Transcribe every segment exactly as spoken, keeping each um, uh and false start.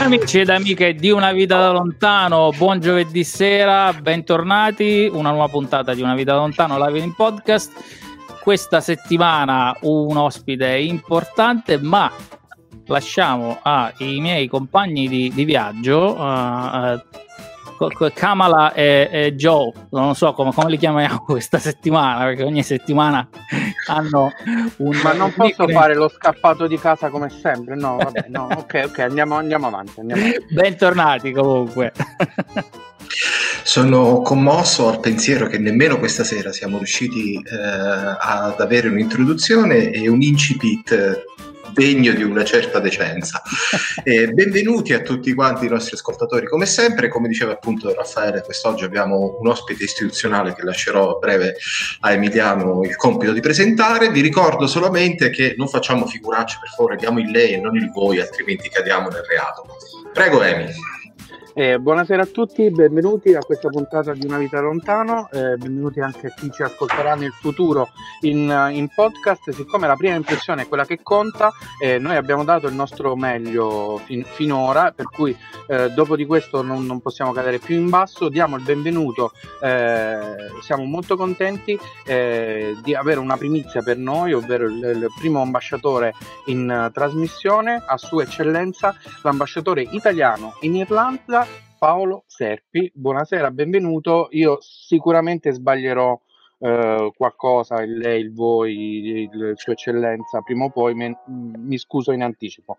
Amici ed amiche di Una Vita da Lontano, buon giovedì sera, bentornati, una nuova puntata di Una Vita da Lontano live in podcast. Questa settimana un ospite importante, ma lasciamo ai miei compagni di, di viaggio, uh, uh, Kamala e, e Joe, non so come, come li chiamiamo questa settimana, perché ogni settimana hanno un... Ma non posso fare lo scappato di casa come sempre, no, vabbè, no, ok, ok, andiamo, andiamo avanti, andiamo avanti. Bentornati comunque. Sono commosso al pensiero che nemmeno questa sera siamo riusciti eh, ad avere un'introduzione e un incipit degno di una certa decenza. Eh, benvenuti a tutti quanti i nostri ascoltatori, come sempre. Come diceva appunto Raffaele, quest'oggi abbiamo un ospite istituzionale che lascerò a breve a Emiliano il compito di presentare. Vi ricordo solamente che non facciamo figuracce, per favore, diamo il lei e non il voi, altrimenti cadiamo nel reato. Prego Emi. Eh, buonasera a tutti, benvenuti a questa puntata di Una Vita Lontano, eh, benvenuti anche a chi ci ascolterà nel futuro in, in podcast. Siccome la prima impressione è quella che conta, eh, noi abbiamo dato il nostro meglio fin, finora, per cui eh, dopo di questo non, non possiamo cadere più in basso. Diamo il benvenuto, eh, siamo molto contenti eh, di avere una primizia per noi, ovvero il, il primo ambasciatore in uh, trasmissione, a Sua Eccellenza l'ambasciatore italiano in Irlanda, Paolo Serpi. Buonasera, benvenuto. Io sicuramente sbaglierò eh, qualcosa, il lei, il voi, il Sua Eccellenza, prima o poi me, mi scuso in anticipo.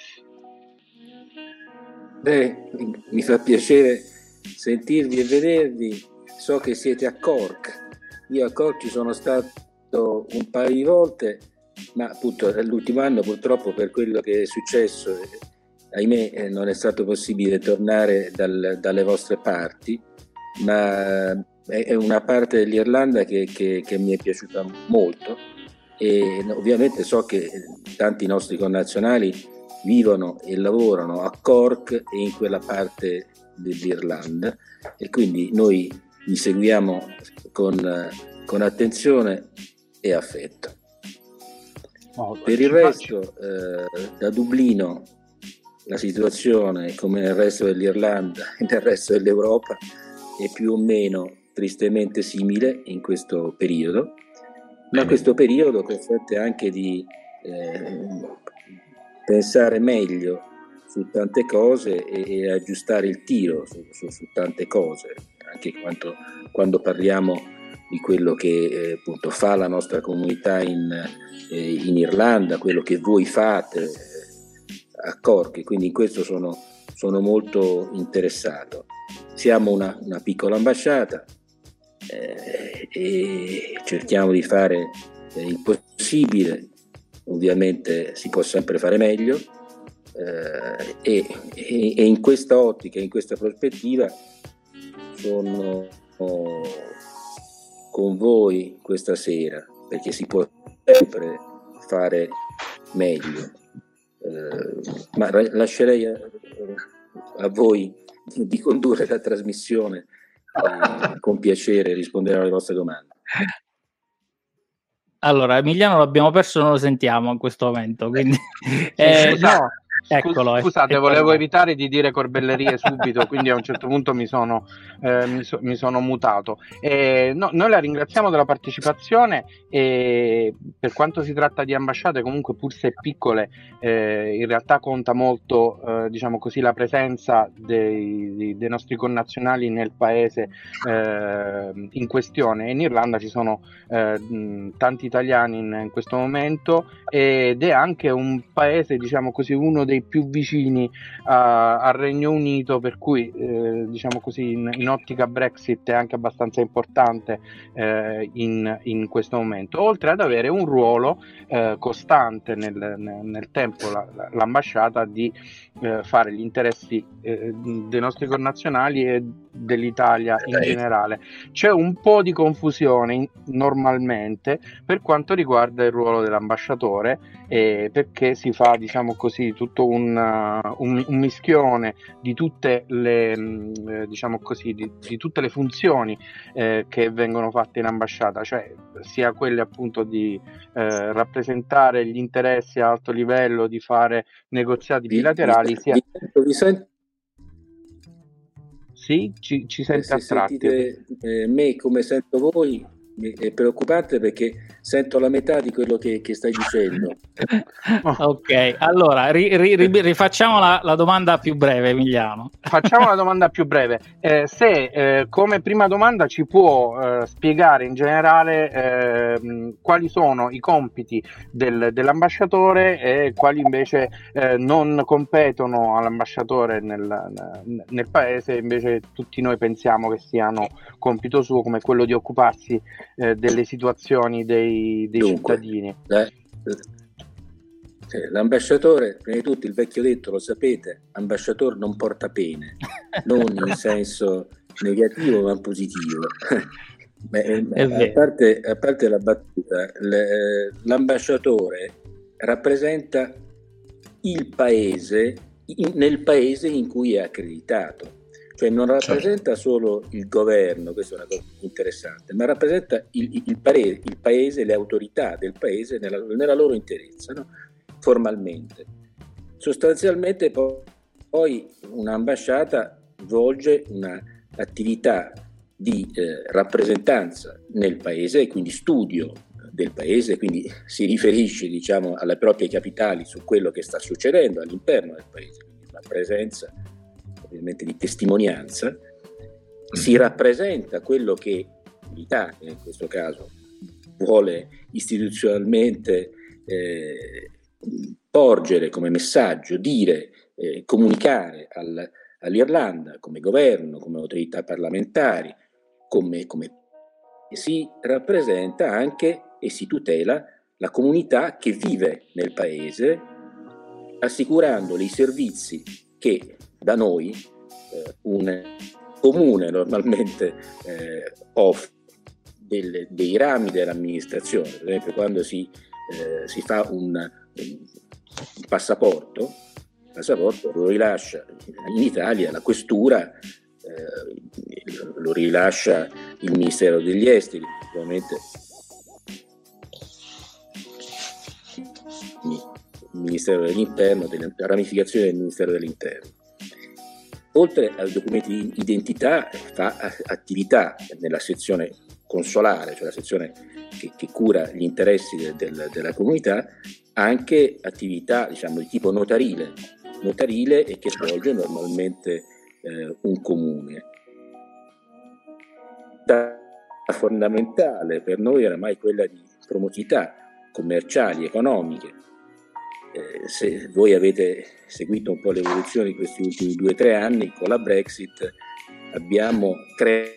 Beh, mi fa piacere sentirvi e vedervi. So che siete a Cork. Io a Cork ci sono stato un paio di volte, ma appunto l'ultimo anno purtroppo per quello che è successo, ahimè, eh, non è stato possibile tornare dal, dalle vostre parti, ma è, è una parte dell'Irlanda che, che, che mi è piaciuta molto, e ovviamente so che tanti nostri connazionali vivono e lavorano a Cork e in quella parte dell'Irlanda, e quindi noi vi seguiamo con, con attenzione e affetto. Oh, per il resto, eh, da Dublino la situazione, come nel resto dell'Irlanda e nel resto dell'Europa, è più o meno tristemente simile in questo periodo, ma questo periodo consente anche di eh, pensare meglio su tante cose e, e aggiustare il tiro su, su, su tante cose, anche quando, quando parliamo di quello che eh, appunto fa la nostra comunità in, eh, in Irlanda, quello che voi fate a Cork, quindi in questo sono, sono molto interessato. Siamo una, una piccola ambasciata eh, e cerchiamo di fare eh, il possibile. Ovviamente si può sempre fare meglio eh, e, e, e in questa ottica, in questa prospettiva sono oh, con voi questa sera, perché si può sempre fare meglio. Uh, ma lascerei a, a voi di condurre la trasmissione, eh, con piacere risponderò alle vostre domande. Allora, Emiliano l'abbiamo perso, non lo sentiamo in questo momento, quindi eh, Scusa, no, eccolo, scusate, è volevo tornato. evitare di dire corbellerie subito, quindi a un certo punto mi sono, eh, mi, so, mi sono mutato. Eh, no, noi la ringraziamo della partecipazione, e per quanto si tratta di ambasciate, comunque pur se piccole, eh, in realtà conta molto, eh, diciamo così, la presenza dei, dei nostri connazionali nel paese eh, in questione. In Irlanda ci sono eh, tanti italiani in, in questo momento, ed è anche un paese, diciamo così, uno dei più vicini a, al Regno Unito, per cui eh, diciamo così in, in ottica Brexit è anche abbastanza importante eh, in, in questo momento, oltre ad avere un ruolo eh, costante nel, nel, nel tempo, la, la, l'ambasciata, di eh, fare gli interessi eh, dei nostri connazionali e dell'Italia in generale. C'è un po' di confusione in, normalmente per quanto riguarda il ruolo dell'ambasciatore, eh, perché si fa, diciamo così, tutto un, uh, un, un mischione di tutte le eh, diciamo così di, di tutte le funzioni eh, che vengono fatte in ambasciata, cioè sia quelle appunto di eh, rappresentare gli interessi a alto livello, di fare negoziati Vi, bilaterali, vi, sia vi sento, vi sento, sì, ci, ci sente se a tratti. sentite eh, me come sento voi è preoccupante, perché sento la metà di quello che, che stai dicendo. Ok, allora ri, ri, ri, rifacciamo la, la domanda più breve, Emiliano. Facciamo la domanda più breve. Eh, se eh, come prima domanda ci può eh, spiegare in generale eh, quali sono i compiti del, dell'ambasciatore e quali invece eh, non competono all'ambasciatore nel, nel paese, invece tutti noi pensiamo che siano compito suo, come quello di occuparsi eh, delle situazioni dei, dei Dunque, cittadini. La, l'ambasciatore, prima di tutto, il vecchio detto, lo sapete, ambasciatore non porta pene, non in senso negativo ma positivo. Beh, a, parte, a parte la battuta, l'ambasciatore rappresenta il paese in, nel paese in cui è accreditato. Cioè non rappresenta solo il governo, questa è una cosa interessante, ma rappresenta il, il, paese, il paese, le autorità del paese nella, nella loro interezza, no? Formalmente. Sostanzialmente poi, poi un'ambasciata svolge un'attività di eh, rappresentanza nel paese e quindi studio del paese, quindi si riferisce, diciamo, alle proprie capitali su quello che sta succedendo all'interno del paese, quindi una presenza ovviamente di testimonianza, si rappresenta quello che l'Italia in questo caso vuole istituzionalmente eh, porgere come messaggio, dire, eh, comunicare al, all'Irlanda come governo, come autorità parlamentari, come, come si rappresenta anche e si tutela la comunità che vive nel paese, assicurandole i servizi che da noi eh, un comune normalmente eh, offre del, dei rami dell'amministrazione. Per esempio, quando si, eh, si fa un, un passaporto, il passaporto lo rilascia in Italia la questura, eh, lo rilascia il Ministero degli Esteri, ovviamente il Ministero dell'Interno, delle ramificazioni del Ministero dell'Interno. Oltre ai documenti di identità, fa attività nella sezione consolare, cioè la sezione che, che cura gli interessi de, de, della comunità, anche attività, diciamo, di tipo notarile, notarile e che svolge normalmente eh, un comune. La fondamentale per noi era mai quella di promotività commerciali, economiche. Eh, se voi avete seguito un po' l'evoluzione di questi ultimi due o tre anni, con la Brexit abbiamo creato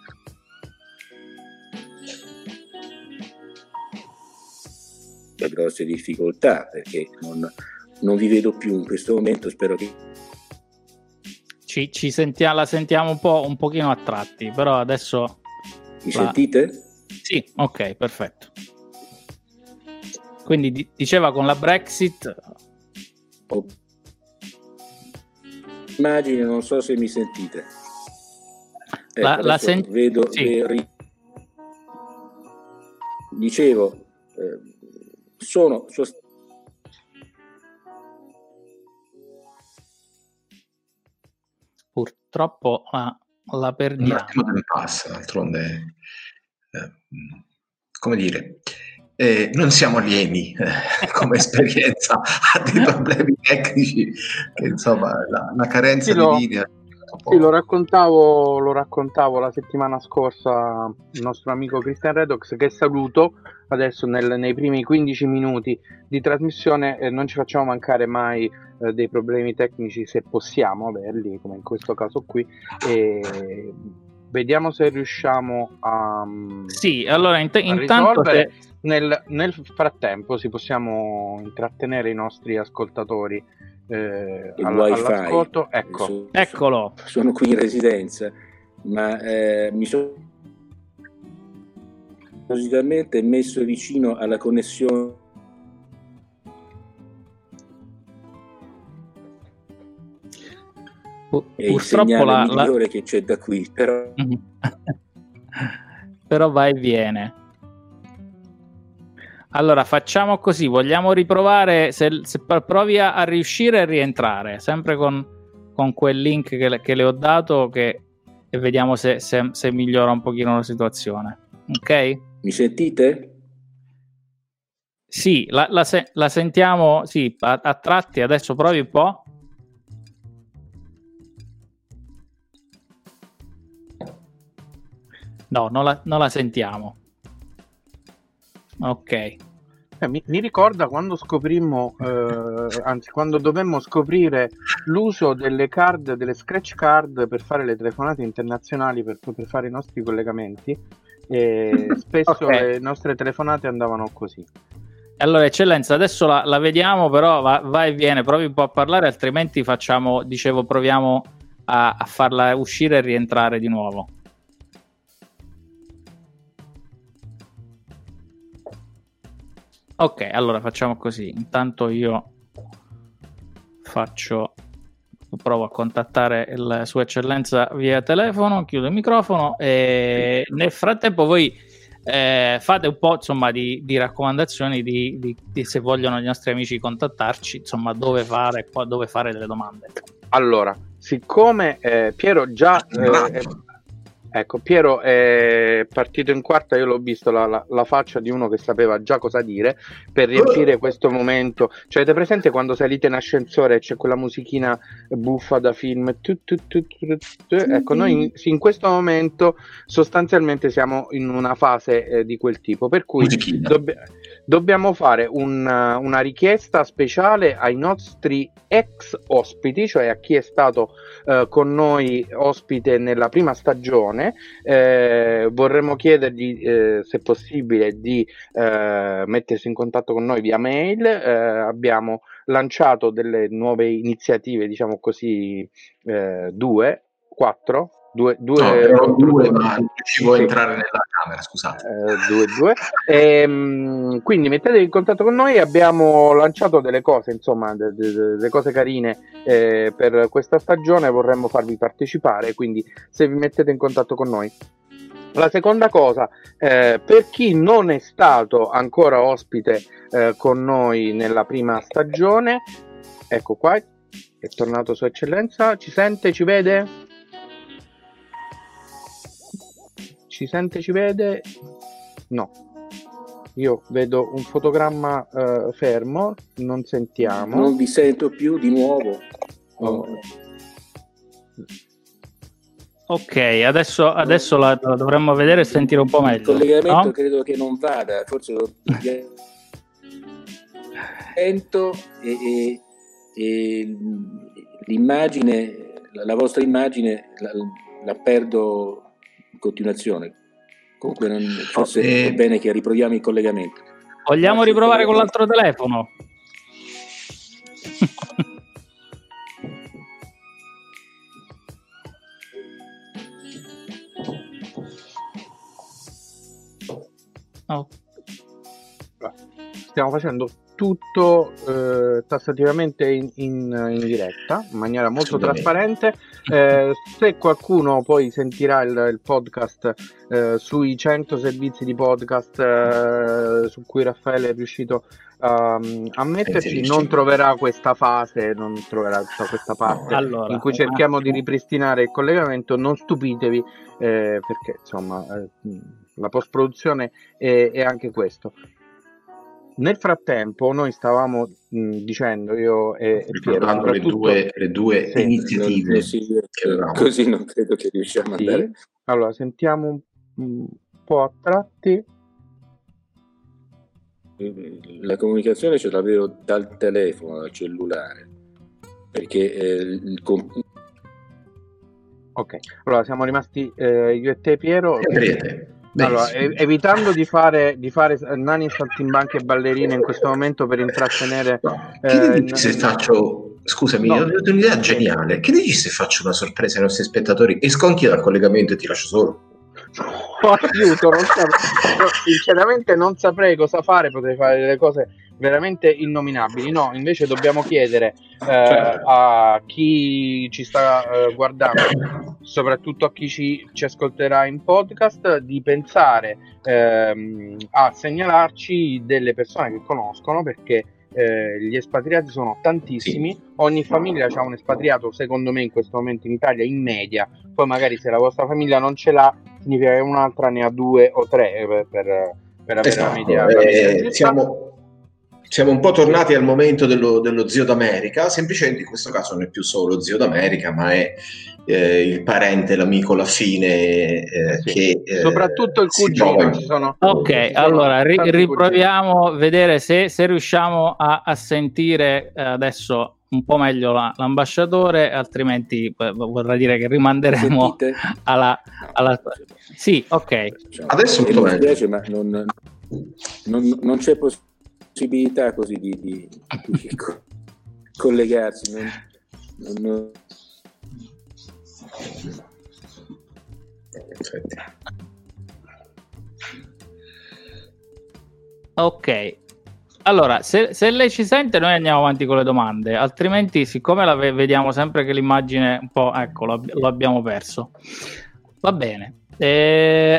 grosse difficoltà, perché non, non vi vedo più in questo momento. Spero che ci, ci sentiamo, la sentiamo un po' un pochino a tratti, però adesso mi la... sentite? Sì, ok, perfetto. Quindi di- diceva con la Brexit. Oh. Immagino, non so se mi sentite. Ecco, la, la sen- vedo, sì. vedo, dicevo, eh, sono sost- Purtroppo la, la perdiamo. Un attimo del passa, d'altronde, eh, come dire, eh, non siamo alieni eh, come esperienza a dei problemi tecnici che insomma la, la carenza sì, di lo, linea. Sì, lo raccontavo, lo raccontavo la settimana scorsa il nostro amico Christian Redox, che saluto adesso nel, nei primi quindici minuti di trasmissione. Eh, non ci facciamo mancare mai eh, dei problemi tecnici, se possiamo averli, come in questo caso qui, e vediamo se riusciamo a, sì, allora int- a intanto risolvere. se... nel, nel frattempo si possiamo intrattenere i nostri ascoltatori Eh, all- all'ascolto. Ecco. Sono, Eccolo. Sono qui in residenza, ma eh, mi sono appositamente messo vicino alla connessione. è il segnale la, migliore la... che c'è da qui, però però va e viene. Allora facciamo così, vogliamo riprovare, se, se provi a, a riuscire a rientrare sempre con, con quel link che le, che le ho dato, che, e vediamo se, se, se migliora un pochino la situazione. Ok? Mi sentite? Sì, la, la, se, la sentiamo, sì, a, a tratti. Adesso provi un po'. No, non la, non la sentiamo. Ok. Eh, mi, mi ricorda quando scoprimmo, eh, anzi quando dovemmo scoprire l'uso delle card, delle scratch card per fare le telefonate internazionali, per poter fare i nostri collegamenti, e spesso okay. le nostre telefonate andavano così. Allora eccellenza, adesso la, la vediamo, però va, va e viene, provi un po' a parlare, altrimenti facciamo, dicevo, proviamo a, a farla uscire e rientrare di nuovo. Ok, allora facciamo così. Intanto io faccio, provo a contattare il, Sua Eccellenza via telefono, chiudo il microfono e nel frattempo voi eh, fate un po' insomma di, di raccomandazioni di, di, di se vogliono i nostri amici contattarci, insomma dove fare, dove fare delle domande. Allora, siccome eh, Piero già eh, ecco, Piero è partito in quarta, io l'ho visto la, la, la faccia di uno che sapeva già cosa dire per riempire questo momento. Cioè, avete presente quando salite in ascensore e c'è quella musichina buffa da film? Tu, tu, tu, tu, tu. Ecco, noi in, in questo momento sostanzialmente siamo in una fase eh, di quel tipo, per cui dobb- dobbiamo fare una, una richiesta speciale ai nostri ex ospiti, cioè a chi è stato eh, con noi ospite nella prima stagione. Eh, vorremmo chiedergli eh, se possibile di eh, mettersi in contatto con noi via mail. Eh, abbiamo lanciato delle nuove iniziative, diciamo così, eh, due, quattro Due, due, no, però due, ma non ci vuoi sì. entrare nella camera, scusate. Eh, due, due. E, mh, quindi mettetevi in contatto con noi, abbiamo lanciato delle cose, insomma, delle de, de cose carine eh, per questa stagione, vorremmo farvi partecipare, quindi se vi mettete in contatto con noi. La seconda cosa, eh, per chi non è stato ancora ospite eh, con noi nella prima stagione, ecco qua, è tornato Sua Eccellenza, ci sente, ci vede? Ci sente, ci vede? No. Io vedo un fotogramma uh, fermo, non sentiamo. Non vi sento più di nuovo. Oh. Ok, adesso, adesso la, la dovremmo vedere e sentire un po' meglio. Il collegamento no? credo che non vada, forse lo sento e, e, e l'immagine, la vostra immagine la, la perdo in continuazione. Comunque non, forse eh, è bene che riproviamo il collegamento. Vogliamo Grazie riprovare con l'altro telefono? Oh. Stiamo facendo tutto eh, tassativamente in, in, in diretta, in maniera molto trasparente. Eh, se qualcuno poi sentirà il, il podcast eh, sui cento servizi di podcast eh, su cui Raffaele è riuscito um, a metterci, non troverà questa fase, non troverà tutta questa parte allora, in cui cerchiamo di ripristinare il collegamento. Non stupitevi eh, perché insomma eh, la post-produzione è, è anche questo. Nel frattempo noi stavamo mh, dicendo io e, e Piero le due, le due sì, iniziative sì, così non credo che riusciamo sì. a andare. Allora sentiamo un, un po' a tratti. La comunicazione ce l'avevo dal telefono, dal cellulare, perché eh, il comp- ok, allora siamo rimasti eh, io e te Piero. Vedete. Allora, ev- evitando di fare, di fare nani, saltimbanchi e ballerine in questo momento per intrattenere che eh, dici se faccio scusami, no. Ho un'idea geniale. Che dici se faccio una sorpresa ai nostri spettatori e sconchi dal collegamento e ti lascio solo? Oh, aiuto, non saprei, sinceramente non saprei cosa fare, potrei fare delle cose veramente innominabili. No, invece dobbiamo chiedere eh, a chi ci sta eh, guardando, soprattutto a chi ci, ci ascolterà in podcast, di pensare ehm, a segnalarci delle persone che conoscono, perché eh, gli espatriati sono tantissimi, sì. Ogni famiglia ha un espatriato, secondo me in questo momento in Italia, in media. Poi magari se la vostra famiglia non ce l'ha, significa che un'altra ne ha due o tre per, per, per avere esatto. la media, la media eh, siamo, siamo un po' tornati al momento dello, dello zio d'America, semplicemente in questo caso non è più solo zio d'America, ma è eh, il parente, l'amico, l'affine eh, sì. che eh, soprattutto il cugino. Ci sono, ok, ci sono allora ri- riproviamo a vedere se, se riusciamo a, a sentire eh, adesso un po' meglio la, l'ambasciatore, altrimenti eh, vorrà dire che rimanderemo alla, alla... Sì, ok. Adesso mi dispiace, ma non, non, non c'è possibilità così di, di, di collegarsi. Non, non... Ok, allora se, se lei ci sente noi andiamo avanti con le domande, altrimenti siccome la ve- vediamo sempre che l'immagine un po', ecco, lo, lo abbiamo perso. Va bene. E...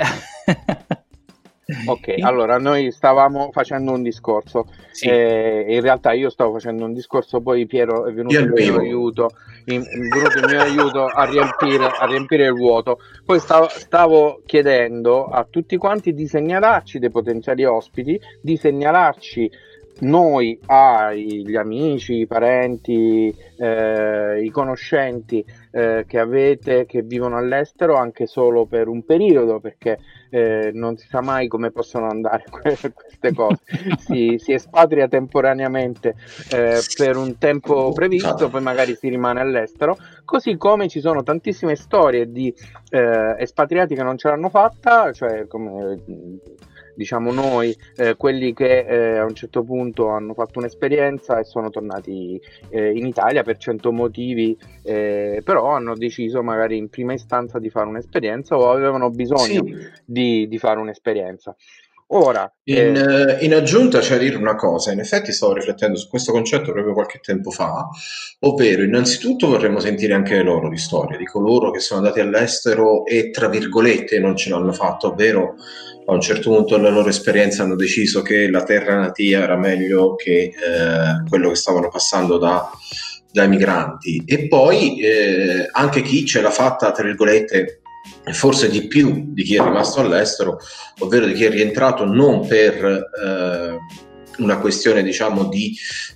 Ok, allora noi stavamo facendo un discorso, sì. eh, in realtà io stavo facendo un discorso, poi Piero è venuto in mio aiuto, in, è venuto in mio aiuto a riempire, a riempire il vuoto. Poi stavo, stavo chiedendo a tutti quanti di segnalarci dei potenziali ospiti, di segnalarci noi agli amici, i parenti, eh, i conoscenti eh, che avete, che vivono all'estero anche solo per un periodo, perché eh, non si sa mai come possono andare queste cose. Si, si espatria temporaneamente eh, per un tempo previsto, poi magari si rimane all'estero, così come ci sono tantissime storie di eh, espatriati che non ce l'hanno fatta, cioè come diciamo noi, eh, quelli che eh, a un certo punto hanno fatto un'esperienza e sono tornati eh, in Italia per cento motivi, eh, però hanno deciso magari in prima istanza di fare un'esperienza o avevano bisogno sì. di, di fare un'esperienza. Ora, in, eh... in aggiunta c'è da dire una cosa, in effetti stavo riflettendo su questo concetto proprio qualche tempo fa, ovvero innanzitutto vorremmo sentire anche le loro di storie, di coloro che sono andati all'estero e tra virgolette non ce l'hanno fatto, ovvero a un certo punto della loro esperienza hanno deciso che la terra natia era meglio che eh, quello che stavano passando da, dai migranti, e poi eh, anche chi ce l'ha fatta tra virgolette forse di più di chi è rimasto all'estero, ovvero di chi è rientrato non per eh, una questione diciamo di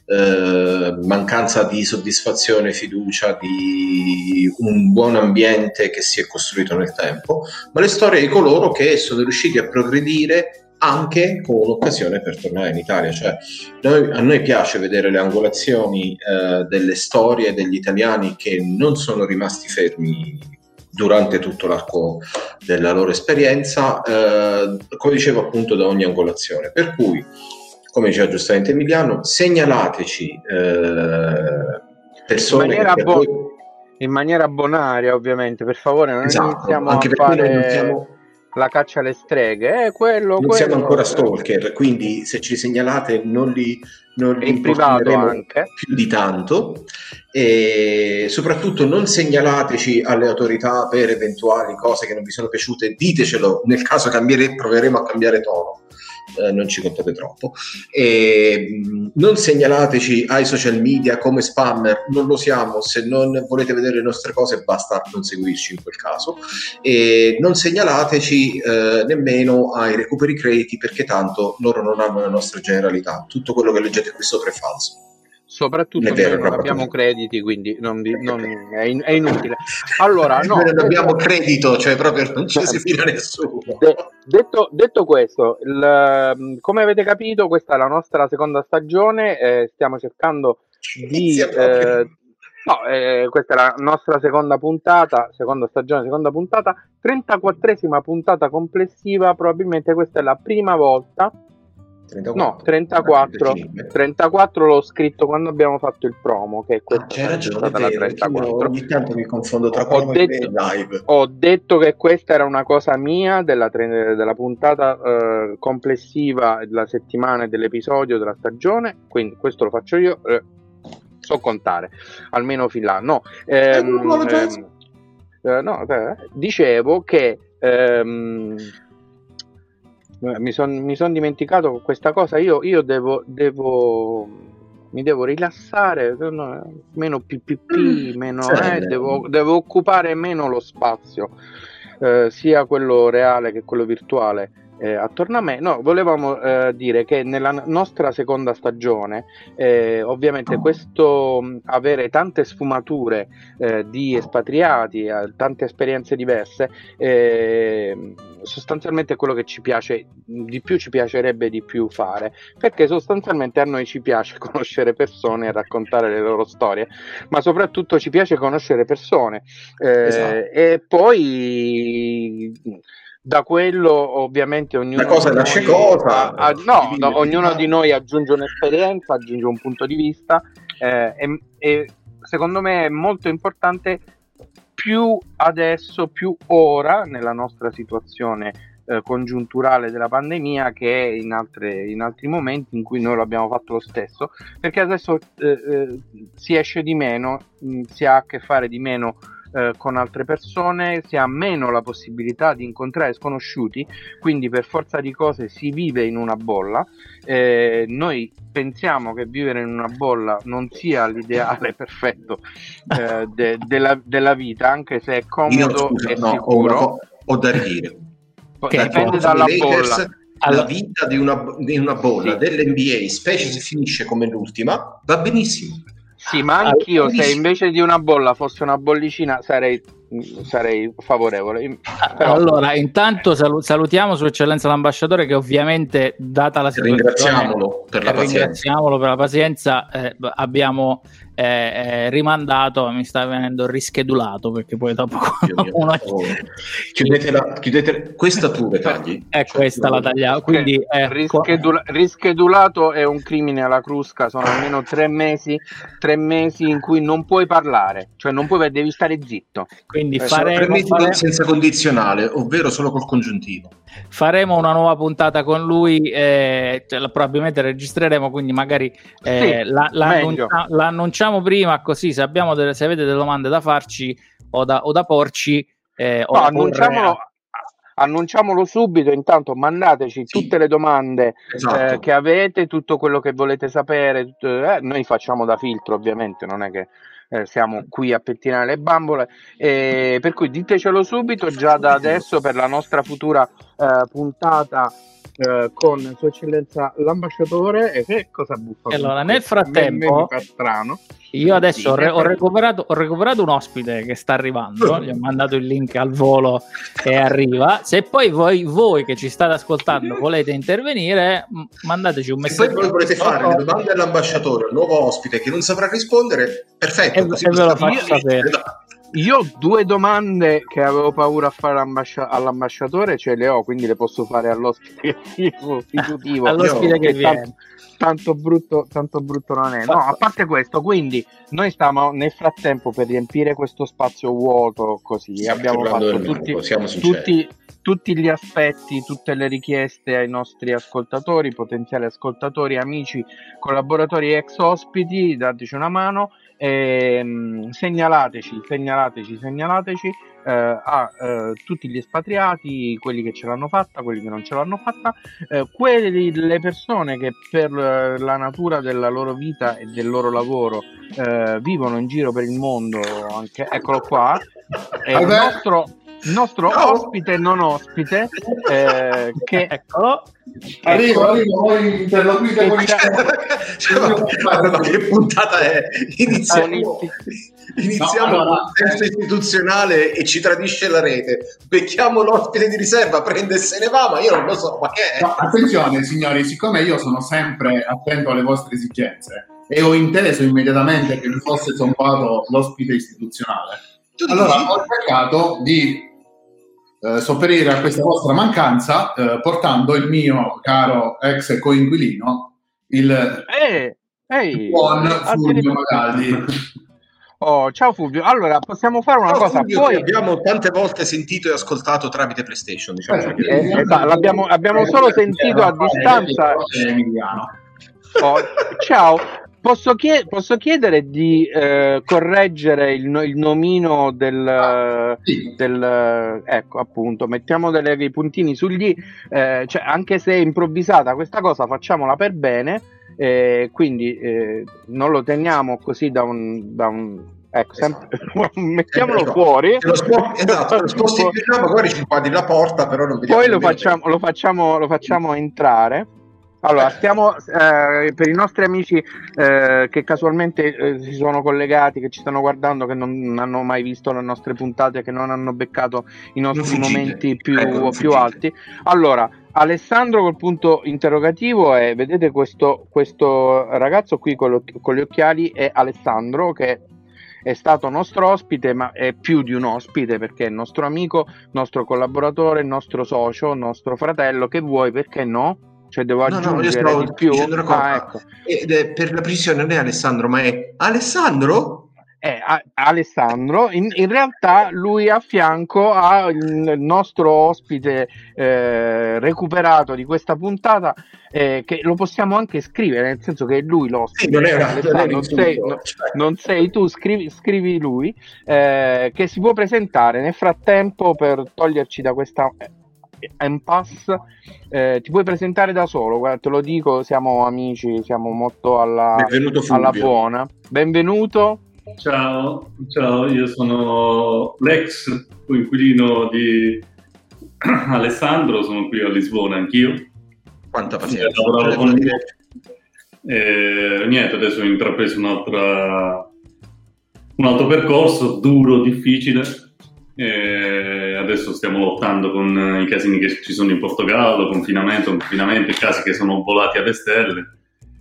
eh, mancanza di soddisfazione, fiducia, di un buon ambiente che si è costruito nel tempo, ma le storie di coloro che sono riusciti a progredire anche con un'occasione per tornare in Italia. Cioè, noi, a noi piace vedere le angolazioni eh, delle storie degli italiani che non sono rimasti fermi durante tutto l'arco della loro esperienza, eh, come dicevo appunto, da ogni angolazione. Per cui, come diceva giustamente Emiliano, segnalateci eh, persone in maniera, che bo- voi... in maniera bonaria, ovviamente, per favore, non esatto, iniziamo anche a perché fare noi non siamo... la caccia alle streghe, eh, quello, non quello, siamo ancora eh. stalker, quindi se ci segnalate non li, non li in privato anche più di tanto, e soprattutto non segnalateci alle autorità per eventuali cose che non vi sono piaciute, ditecelo, nel caso cambieremo, proveremo a cambiare tono, eh, non ci contate troppo, e mh, non segnalateci ai social media come spammer, non lo siamo. Se non volete vedere le nostre cose basta non seguirci in quel caso, e non segnalateci eh, nemmeno ai recuperi crediti, perché tanto loro non hanno le nostre generalità, tutto quello che leggete qui sopra è falso. Soprattutto vero, noi non abbiamo crediti, quindi non vi, non, è, in, è inutile. Allora, no, noi non abbiamo credito, cioè proprio non ci si fida nessuno. De, detto, detto questo, il, come avete capito, questa è la nostra seconda stagione, eh, stiamo cercando di... Eh, no, eh, questa è la nostra seconda puntata, seconda stagione, seconda puntata, trentaquattresima puntata complessiva, probabilmente questa è la prima volta No, trentaquattro. trentaquattro l'ho scritto quando abbiamo fatto il promo, che è questa. Ah, c'è ragione, è vero, trentaquattro. Ogni tanto mi confondo tra promo e live. Ho detto che questa era una cosa mia della, della puntata eh, complessiva della settimana e dell'episodio della stagione, quindi questo lo faccio io, eh, so contare, almeno fin là. No, ehm, ehm, eh, no eh, dicevo che ehm, mi sono mi son dimenticato questa cosa. Io, io devo, devo mi devo rilassare, no, meno ppp, meno eh, devo, devo occupare meno lo spazio, eh, sia quello reale che quello virtuale. Eh, attorno a me. No, volevamo eh, dire che nella n- nostra seconda stagione eh, ovviamente questo mh, avere tante sfumature eh, di espatriati, eh, tante esperienze diverse, eh, sostanzialmente è quello che ci piace di più, ci piacerebbe di più fare, perché sostanzialmente a noi ci piace conoscere persone e raccontare le loro storie, ma soprattutto ci piace conoscere persone, eh, esatto. E poi da quello ovviamente ognuno, la cosa nasce cosa, a, a, no, no, ognuno di noi aggiunge un'esperienza, aggiunge un punto di vista, eh, e, e secondo me è molto importante, più adesso, più ora, nella nostra situazione eh, congiunturale della pandemia, che in, altre, in altri momenti in cui noi lo abbiamo fatto lo stesso, perché adesso eh, eh, si esce di meno, mh, si ha a che fare di meno Eh, con altre persone, si ha meno la possibilità di incontrare sconosciuti, quindi per forza di cose si vive in una bolla. Eh, noi pensiamo che vivere in una bolla non sia l'ideale perfetto eh, de- della, della vita, anche se è comodo. Io, scusa, e no, sicuro. Ho, ho da dire che dipende dalla bolla. La vita di una, di una bolla, sì, dell'N B A, specie se finisce come l'ultima, va benissimo. Sì, ma anch'io, se invece di una bolla fosse una bollicina, sarei, sarei favorevole. Però... Allora, intanto sal- salutiamo Sua Eccellenza l'Ambasciatore, che ovviamente, data la situazione, ringraziamolo per la pazienza, ringraziamolo per la pazienza eh, abbiamo eh, eh, rimandato, mi sta venendo rischedulato, perché poi dopo uno... oh. chiudetela, chiudete questa pure, tagli. È questa la tagliamo, quindi eh, Rischedula- rischedulato è un crimine alla Crusca, sono almeno tre mesi tre mesi in cui non puoi parlare, cioè non puoi, devi stare zitto, quindi eh, faremo, faremo senza condizionale, ovvero solo col congiuntivo. Faremo una nuova puntata con lui, eh, cioè, probabilmente registreremo, quindi magari eh, sì, la, la, annuncia, la annunciamo prima, così se abbiamo delle, se avete delle domande da farci o da, o da porci, eh, o no, da annunciamolo, annunciamolo subito. Intanto mandateci sì, tutte le domande, esatto, eh, che avete, tutto quello che volete sapere, tutto, eh, noi facciamo da filtro, ovviamente non è che eh, siamo qui a pettinare le bambole, eh, per cui ditecelo subito già da adesso per la nostra futura eh, puntata eh, con Sua Eccellenza l'Ambasciatore. E che cosa buffa? Allora, nel frattempo strano. Io adesso sì, ho, re- ho, recuperato, ho recuperato un ospite che sta arrivando, gli ho mandato il link al volo e arriva. Se poi voi, voi che ci state ascoltando volete intervenire, mandateci un messaggio. Se poi voi volete fare le domande all'ambasciatore, al nuovo ospite che non saprà rispondere, perfetto. E, così e ve lo faccio sapere. Io due domande che avevo paura a fare all'ambasciatore ce le ho, quindi le posso fare all'ospite sostitutivo. All'ospite che viene. Tanto, tanto brutto, tanto brutto non è. No, a parte questo, quindi noi stiamo nel frattempo per riempire questo spazio vuoto, così stiamo abbiamo fatto tutti, tutti, tutti gli aspetti, tutte le richieste ai nostri ascoltatori, potenziali ascoltatori, amici, collaboratori, ex ospiti, dateci una mano. Eh, segnalateci, segnalateci, segnalateci eh, a eh, tutti gli espatriati, quelli che ce l'hanno fatta, quelli che non ce l'hanno fatta, eh, quelli, le persone che per la natura della loro vita e del loro lavoro eh, vivono in giro per il mondo, anche, eccolo qua, è il nostro, il nostro no. ospite non ospite, eh, che eccolo. Arrivo, arrivo, voi interloquite con il ma che puntata è? Iniziamo, iniziamo no, allora, con il senso istituzionale e ci tradisce la rete. Becchiamo l'ospite di riserva, prende e se ne va, ma io non lo so, ma che è? No, attenzione signori, siccome io sono sempre attento alle vostre esigenze e ho inteso immediatamente che mi fosse zompato l'ospite istituzionale, allora ho cercato di eh, sopperire a questa vostra mancanza eh, portando il mio caro ex coinquilino, il eh, ehi, buon Fulvio Magaldi. Oh, ciao Fulvio. Allora, possiamo fare una Ciao, cosa. Fulvio, Poi che abbiamo tante volte sentito e ascoltato tramite PlayStation, diciamo. Eh, eh, esatto, l'abbiamo, abbiamo solo sentito a distanza. Emiliano. Oh, ciao. Posso, chied- posso chiedere di eh, correggere il, no- il nomino del, Sì. del ecco, appunto, mettiamo delle, dei puntini sugli, eh, cioè, anche se è improvvisata questa cosa, facciamola per bene, eh, quindi eh, non lo teniamo così da un, da un ecco, sempre, mettiamolo Esatto. fuori. Lo spo- esatto, lo sposti in là, magari ci inquadri la porta, però non vediamo. Poi lo nemmeno facciamo, lo facciamo, lo facciamo entrare. Allora, stiamo eh, per i nostri amici eh, che casualmente eh, si sono collegati, che ci stanno guardando, che non hanno mai visto le nostre puntate, che non hanno beccato i nostri Non fuggite. momenti più, Ecco, non più fuggite. alti. Allora, Alessandro col punto interrogativo è, vedete questo, questo ragazzo qui con, lo- con gli occhiali è Alessandro, che è stato nostro ospite, ma è più di un ospite perché è nostro amico, nostro collaboratore, nostro socio, nostro fratello, che vuoi, perché no? Cioè devo No, no, io aggiungere stavo di più? dicendo una cosa. Ah, ecco. Ed è- per la precisione non è Alessandro, ma è Alessandro? È A- Alessandro, in, in realtà lui a fianco ha il nostro ospite eh, recuperato di questa puntata, eh, che lo possiamo anche scrivere, nel senso che è lui l'ospite. Sì, non è una- Alessandro, non è un non sei, insulto, no- cioè. non sei tu, scrivi, scrivi lui, eh, che si può presentare. Nel frattempo, per toglierci da questa impasse, eh, ti puoi presentare da solo, guarda, te lo dico, siamo amici, siamo molto alla, Benvenuto Fulvio. alla buona. Benvenuto. Ciao, ciao, io sono l'ex coinquilino di Alessandro, sono qui a Lisbona anch'io. Quanta Eh, pazienza. lavoravo Cioè, con lui. E niente, adesso ho intrapreso un'altra, un altro percorso duro, difficile. E adesso stiamo lottando con i casini che ci sono in Portogallo, confinamento, confinamento, i casi che sono volati alle stelle.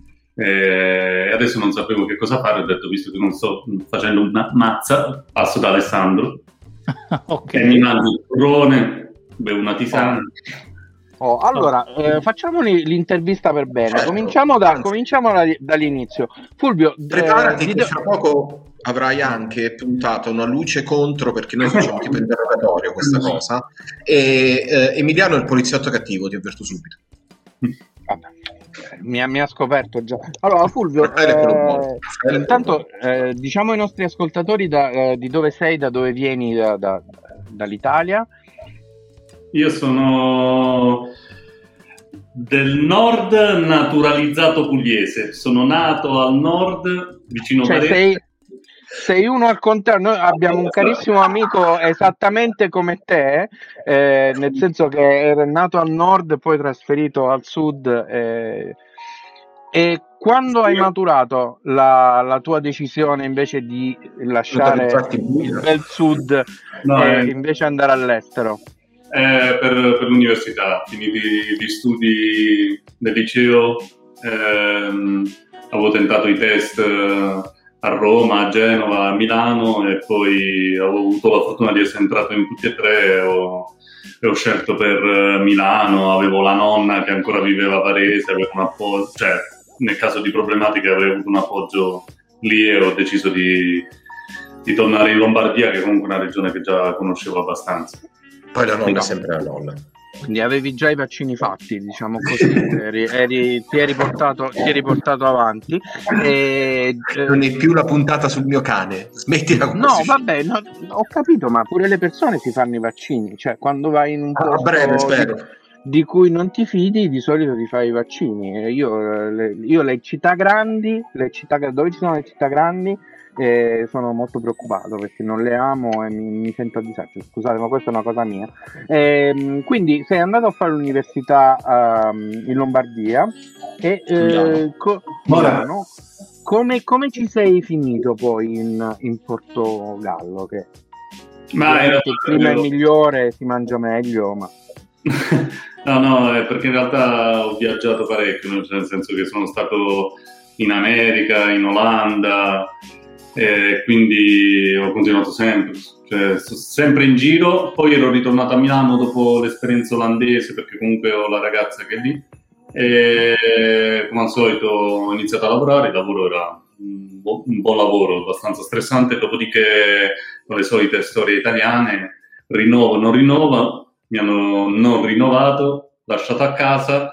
E adesso non sapevo che cosa fare, ho detto, visto che non sto facendo una mazza, passo da Alessandro Ok. e mi mando il turrone, bevo una tisana. Oh, allora, eh, facciamo l'intervista per bene. Certo. Cominciamo, da, Anzi. cominciamo da- dall'inizio. Fulvio, eh, Preparati vi che do- fra poco avrai anche puntato una luce contro, perché noi facciamo tipo interrogatorio questa cosa, e eh, Emiliano è il poliziotto cattivo, ti avverto subito. Vabbè, mi ha, mi ha scoperto già. Allora, Fulvio, Raffaele è quello eh, buono. Raffaele è intanto eh, diciamo ai nostri ascoltatori da, eh, di dove sei, da dove vieni da- da- dall'Italia. Io sono del nord naturalizzato pugliese, sono nato al nord vicino Cioè, Varese. sei, sei uno al contrario. Noi abbiamo un carissimo amico esattamente come te, eh, nel senso che era nato al nord, poi trasferito al sud. eh, e quando hai maturato la, la tua decisione invece di lasciare il bel sud No, e eh. invece andare all'estero? Eh, per, per l'università, finiti gli studi del liceo, ehm, avevo tentato i test eh, a Roma, a Genova, a Milano e poi avevo avuto la fortuna di essere entrato in tutti e tre e ho, e ho scelto per eh, Milano. Avevo la nonna che ancora viveva a Varese, avevo un appoggio, cioè nel caso di problematiche avevo avuto un appoggio lì e ho deciso di, di tornare in Lombardia, che è comunque una regione che già conoscevo abbastanza. Poi la nonna No. è sempre la nonna. Quindi avevi già i vaccini fatti, diciamo così, eri, eri- ti eri portato, ti eri portato avanti. E, eh, Non è più la puntata sul mio cane, smettila con no, questi vabbè, no, ho capito, ma pure le persone si fanno i vaccini, cioè quando vai in un A posto breve, spero. di, di cui non ti fidi, di solito ti fai i vaccini. E io, eh, le, io le città grandi, le città, dove ci sono le città grandi, eh, sono molto preoccupato perché non le amo e mi, mi sento a disagio. Scusate, ma questa è una cosa mia. Ehm, quindi sei andato a fare l'università ehm, in Lombardia e eh, Milano. co- Ora. Milano. Come, come ci sei finito poi in, in Portogallo? Che Ma in il clima è realtà, migliore, si mangia meglio, ma no, no, è perché in realtà ho viaggiato parecchio, no? Cioè, nel senso che sono stato in America, in Olanda, e quindi ho continuato sempre, cioè, sto sempre in giro. Poi ero ritornato a Milano dopo l'esperienza olandese, perché comunque ho la ragazza che è lì, e come al solito ho iniziato a lavorare. Il lavoro era un, bu- un buon lavoro, abbastanza stressante, dopodiché con le solite storie italiane, rinnovo, non rinnovo, mi hanno non rinnovato, lasciato a casa.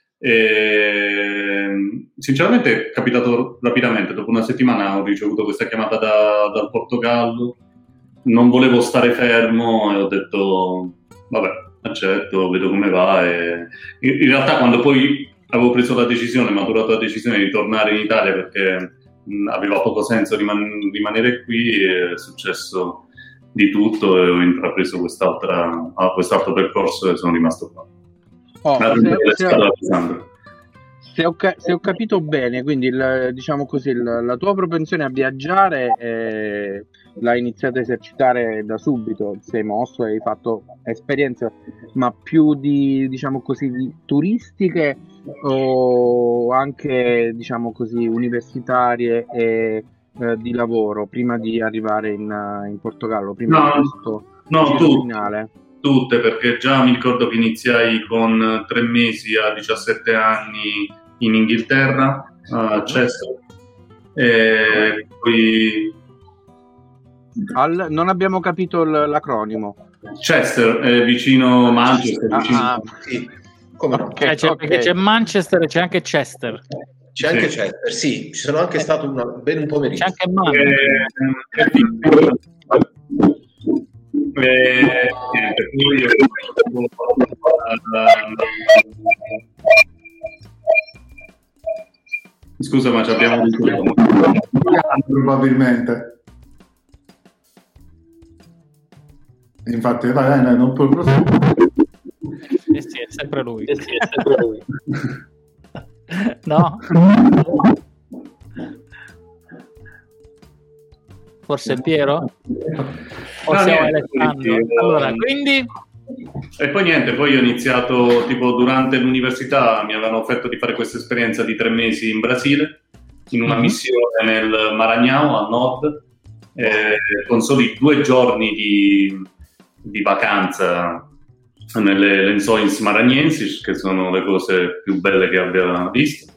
E sinceramente è capitato rapidamente. Dopo una settimana ho ricevuto questa chiamata da, dal Portogallo, non volevo stare fermo e ho detto vabbè, accetto, vedo come va. E in, in realtà quando poi avevo preso la decisione, maturato la decisione di tornare in Italia perché mh, aveva poco senso riman- rimanere qui, è successo di tutto e ho intrapreso quest'altra, ah, quest'altro percorso e sono rimasto qua. Oh, se, se, se, ho, se ho capito bene, quindi il, diciamo così, il, la tua propensione a viaggiare eh, l'hai iniziata a esercitare da subito, sei mosso e hai fatto esperienze, ma più di, diciamo così, di turistiche o anche, diciamo così, universitarie e eh, di lavoro prima di arrivare in, in Portogallo, prima no, di questo no, tu. finale? Tutte, perché già mi ricordo che iniziai con tre mesi a diciassette anni in Inghilterra, a Chester, e poi... Al, non abbiamo capito l- l'acronimo. Chester, è vicino Manchester. Ah, vicino... ah, sì. Come no? Okay, c'è, okay. Perché c'è Manchester e c'è anche Chester. C'è anche sì. Chester, sì, ci sono anche stato una, ben un pomeriggio. C'è anche Manchester. E, e, niente, poi io... Scusa, ma ci abbiamo probabilmente. Infatti, vai, vai, non puoi proseguire. Eh sì, è sempre lui. Eh sì, è sempre lui. No? Forse è Piero? O no, siamo niente, Alessandro? Allora, quindi... E poi niente, poi ho iniziato, tipo durante l'università mi avevano offerto di fare questa esperienza di tre mesi in Brasile, in una mm-hmm. missione nel Maranhão, a nord, eh, con soli due giorni di, di vacanza nelle Lençóis Maranhenses, che sono le cose più belle che abbia visto.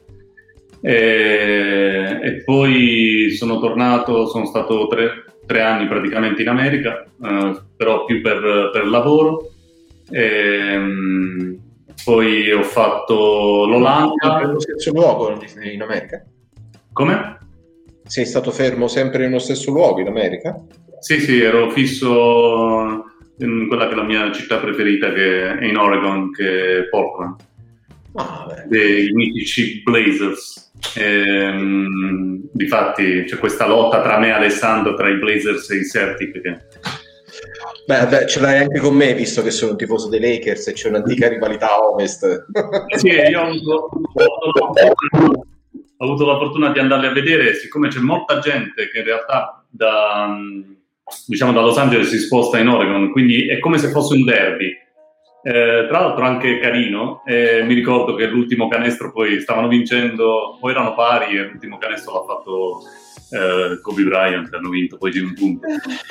E, e poi sono tornato, sono stato tre, tre anni praticamente in America, eh, però più per, per lavoro. E, um, poi ho fatto l'Olanda. Nello stesso luogo in America? Come? Sei stato fermo sempre nello stesso luogo in America? Sì, sì, ero fisso in quella che è la mia città preferita, che è in Oregon, che è Portland. Ah, dei mitici Blazers. E, um, difatti c'è questa lotta tra me e Alessandro, tra i Blazers e i Celtic, che... Beh, beh, ce l'hai anche con me, visto che sono un tifoso dei Lakers e c'è un'antica rivalità a ovest. Sì, io ho avuto, ho avuto la fortuna di andarli a vedere, siccome c'è molta gente che in realtà da, diciamo, da Los Angeles si sposta in Oregon, quindi è come se fosse un derby. Eh, tra l'altro anche carino, eh, mi ricordo che l'ultimo canestro poi stavano vincendo, poi erano pari e l'ultimo canestro l'ha fatto eh, Kobe Bryant, hanno vinto poi di un punto.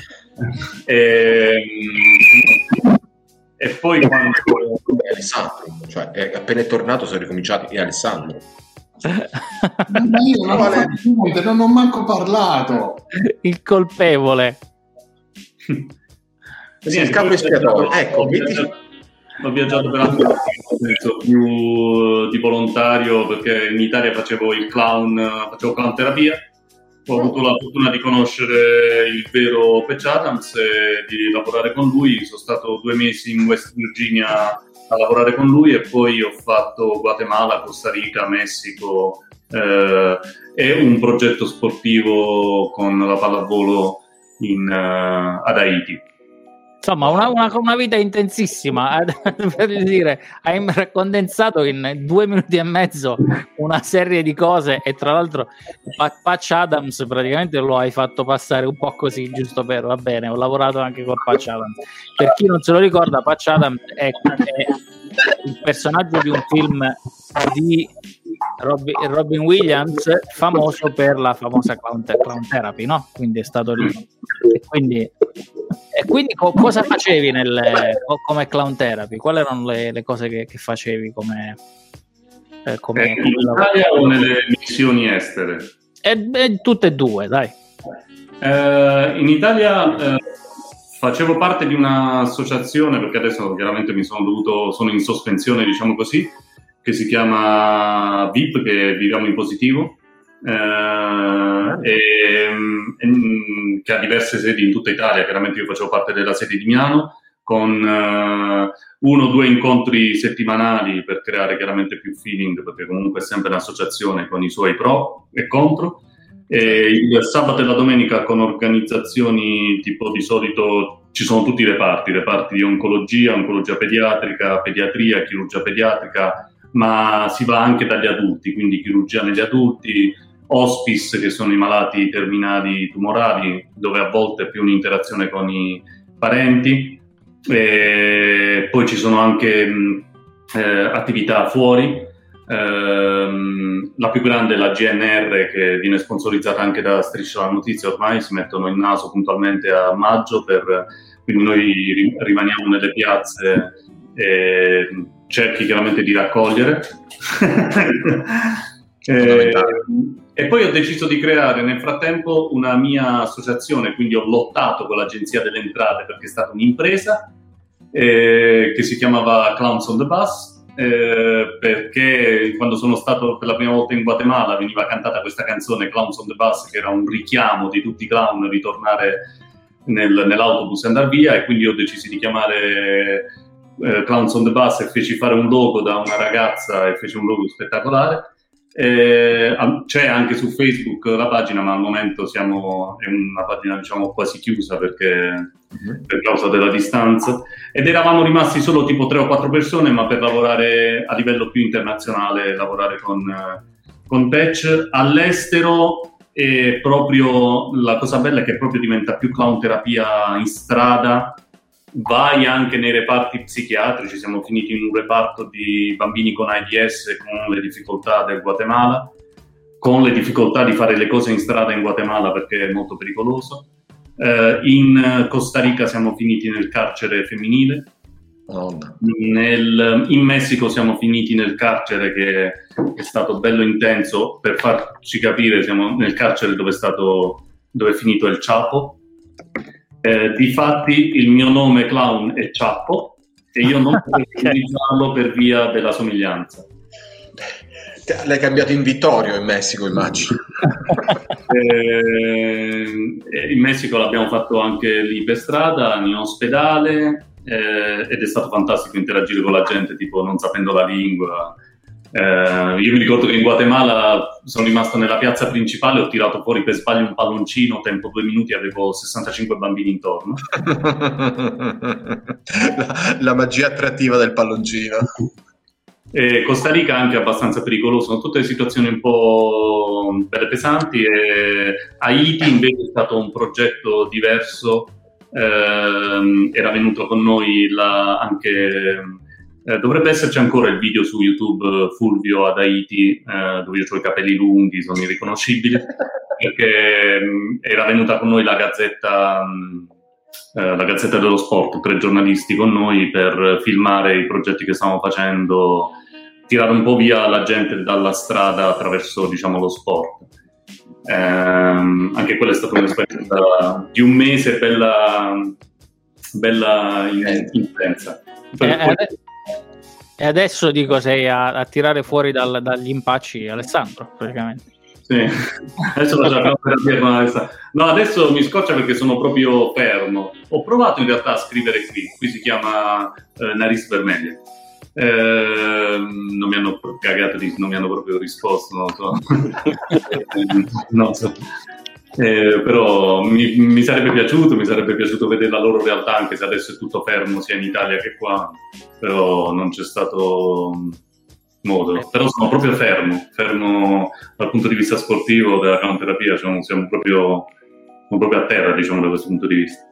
E, e poi quando Alessandro, cioè è appena è tornato sono ricominciati, e Alessandro ma io non, vale. ho, non ho manco parlato, il colpevole. Sì, il capo espiatorio, ecco, ho viaggiato per altro senso più di volontario, perché in Italia facevo il clown, facevo clown terapia. Ho avuto la fortuna di conoscere il vero Patch Adams e di lavorare con lui. Sono stato due mesi in West Virginia a lavorare con lui e poi ho fatto Guatemala, Costa Rica, Messico eh, e un progetto sportivo con la pallavolo in, uh, ad Haiti. Insomma, una, una, una vita intensissima, per dire, hai condensato in due minuti e mezzo una serie di cose e tra l'altro Patch Adams praticamente lo hai fatto passare un po' così, giusto per, va bene, ho lavorato anche con Patch Adams. Per chi non se lo ricorda, Patch Adams è, è il personaggio di un film di Robin, Robin Williams, famoso per la famosa clown, te- clown therapy, no? Quindi è stato lì. E quindi, e quindi co- cosa facevi nel, co- come clown therapy? Quali erano le, le cose che, che facevi come, eh, come, eh, come in Italia o nelle missioni estere? E, e tutte e due, dai. Eh, in Italia eh, facevo parte di un'associazione, perché adesso chiaramente mi sono dovuto, sono in sospensione, diciamo così, che si chiama V I P, che Viviamo in Positivo, eh, e, e, che ha diverse sedi in tutta Italia. Chiaramente io facevo parte della sede di Milano, con eh, uno o due incontri settimanali per creare chiaramente più feeling, perché comunque è sempre un'associazione con i suoi pro e contro. E il sabato e la domenica con organizzazioni tipo, di solito ci sono tutti i reparti, reparti di oncologia, oncologia pediatrica, pediatria, chirurgia pediatrica, ma si va anche dagli adulti, quindi chirurgia negli adulti, hospice, che sono i malati terminali tumorali, dove a volte è più un'interazione con i parenti, e poi ci sono anche mh, eh, attività fuori. Ehm, la più grande è la G N R, che viene sponsorizzata anche da Striscia la Notizia, ormai si mettono il naso puntualmente a maggio, per, quindi noi rimaniamo nelle piazze e cerchi chiaramente di raccogliere. e, e poi ho deciso di creare nel frattempo una mia associazione, quindi ho lottato con l'Agenzia delle Entrate perché è stata un'impresa eh, che si chiamava Clowns on the Bus. Eh, perché quando sono stato per la prima volta in Guatemala veniva cantata questa canzone Clowns on the Bus, che era un richiamo di tutti i clown a ritornare nel, nell'autobus e andare via, e quindi ho deciso di chiamare eh, Clowns on the Bus e feci fare un logo da una ragazza e feci un logo spettacolare. Eh, c'è anche su Facebook la pagina, ma al momento siamo è una pagina diciamo quasi chiusa perché mm-hmm. per causa della distanza, ed eravamo rimasti solo tipo tre o quattro persone, ma per lavorare a livello più internazionale, lavorare con, con Patch all'estero. E proprio la cosa bella è che proprio diventa più clown terapia in strada. Vai anche nei reparti psichiatrici, siamo finiti in un reparto di bambini con AIDS con le difficoltà del Guatemala, con le difficoltà di fare le cose in strada in Guatemala perché è molto pericoloso. Eh, in Costa Rica siamo finiti nel carcere femminile, oh. nel, in Messico siamo finiti nel carcere che è stato bello intenso. Per farci capire, siamo nel carcere dove è, stato, dove è finito El Chapo. Eh, difatti il mio nome clown è Ciappo e io non posso utilizzarlo per via della somiglianza. L'hai cambiato in Vittorio in Messico, immagino. eh, in Messico l'abbiamo fatto anche lì per strada, in ospedale, eh, ed è stato fantastico interagire con la gente, tipo non sapendo la lingua. Eh, io mi ricordo che in Guatemala sono rimasto nella piazza principale, ho tirato fuori per sbaglio un palloncino, tempo due minuti, avevo sessantacinque bambini intorno. la, la magia attrattiva del palloncino. E Costa Rica anche abbastanza pericoloso, sono tutte situazioni un po' belle pesanti. E Haiti invece è stato un progetto diverso, eh, era venuto con noi la, anche... Eh, dovrebbe esserci ancora il video su YouTube, Fulvio ad Haiti, eh, dove io ho i capelli lunghi, sono irriconoscibili, perché mh, era venuta con noi la Gazzetta, mh, eh, la Gazzetta dello Sport, tre giornalisti con noi per filmare i progetti che stavamo facendo, tirare un po' via la gente dalla strada attraverso, diciamo, lo sport. Eh, anche quella è stata un'esperienza di un mese bella, bella in, intensa. Eh, E adesso dico sei a, a tirare fuori dal, dagli impacci Alessandro, praticamente. Sì, adesso facciamo per Alessandro. No, adesso mi scoccia perché sono proprio fermo. Ho provato in realtà a scrivere qui, qui si chiama eh, Nariz Vermeglia. Eh, non mi hanno cagato, di, non mi hanno proprio risposto, non so. non so. Eh, però mi, mi sarebbe piaciuto, mi sarebbe piaciuto vedere la loro realtà, anche se adesso è tutto fermo sia in Italia che qua, però non c'è stato modo. Però sono proprio fermo, fermo dal punto di vista sportivo della clownterapia, cioè siamo proprio, siamo proprio a terra, diciamo, da questo punto di vista.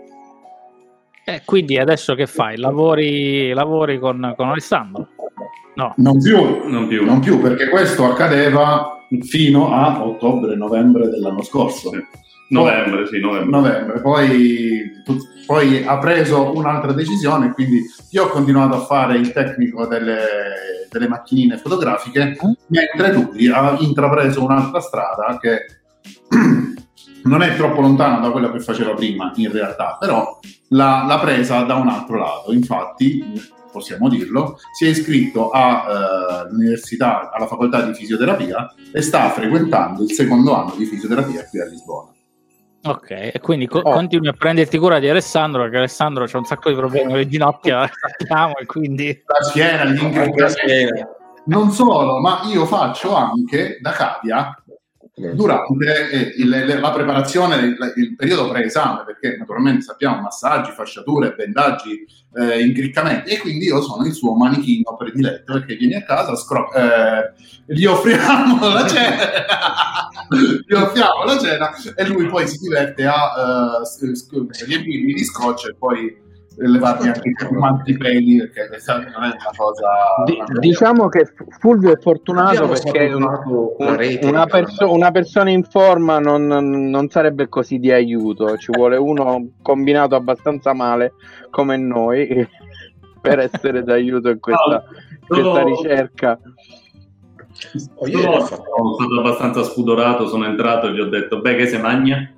Eh, quindi adesso che fai? Lavori, lavori con, con Alessandro? No. Non più, Non più. non più, perché questo accadeva fino a ottobre-novembre dell'anno scorso. Sì. Novembre, sì, novembre. novembre. Poi, tu- poi ha preso un'altra decisione, quindi io ho continuato a fare il tecnico delle, delle macchinine fotografiche, mentre lui ha intrapreso un'altra strada che non è troppo lontana da quella che faceva prima, in realtà, però l'ha, l'ha presa da un altro lato. Infatti, possiamo dirlo, si è iscritto all'università, alla facoltà di fisioterapia e sta frequentando il secondo anno di fisioterapia qui a Lisbona. Ok, e quindi co- Oh. continui a prenderti cura di Alessandro, perché Alessandro c'ha un sacco di problemi con le ginocchia, sappiamo, e quindi... La schiena, gli Anche la ingredienti. schiena. Non solo, ma io faccio anche da cavia durante eh, il- la preparazione, il, il periodo pre-esame, perché naturalmente sappiamo massaggi, fasciature, bendaggi, eh, incriccamenti, e quindi io sono il suo manichino prediletto, perché vieni a casa, scro- eh, gli offriamo la cena, gli offriamo la cena e lui poi si diverte a eh, sc- riempirmi di scotch e poi levarmi anche i mantipeli, perché questa non è una cosa... Di- diciamo che Fulvio è fortunato Abbiamo perché un- saputo la un- rete una, di perso- una persona in forma non, non sarebbe così di aiuto, ci vuole uno combinato abbastanza male come noi per essere d'aiuto in questa, questa ricerca. Oh, ieri Sono, ho fatto- sono stato abbastanza spudorato, sono entrato e gli ho detto, beh, che se magna?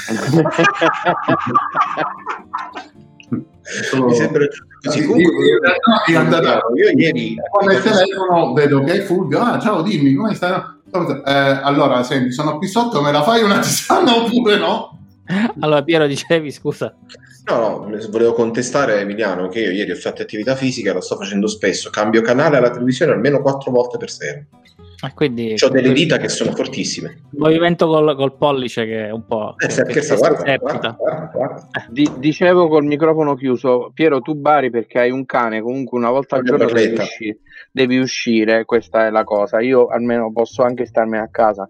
Mi sembra così. Io, Comunque, io, no, è andato- io ieri con il telefono vedo che è Fulvio, ah ciao, dimmi come stai? Eh, allora senti, sono qui sotto, me la fai una tisana oppure no? Allora Piero, dicevi, scusa. No, no, volevo contestare Emiliano che io ieri ho fatto attività fisica, lo sto facendo spesso, cambio canale alla televisione almeno quattro volte per sera. E quindi Ho delle dita che sono fortissime. movimento col, col pollice che è un po'... Eh, che- scherza, che si guarda, esercita. guarda, guarda, guarda. Di- dicevo col microfono chiuso, Piero, tu bari perché hai un cane, comunque una volta al Con la giorno devi bacchetta. uscire, devi uscire, questa è la cosa. Io almeno posso anche starmene a casa,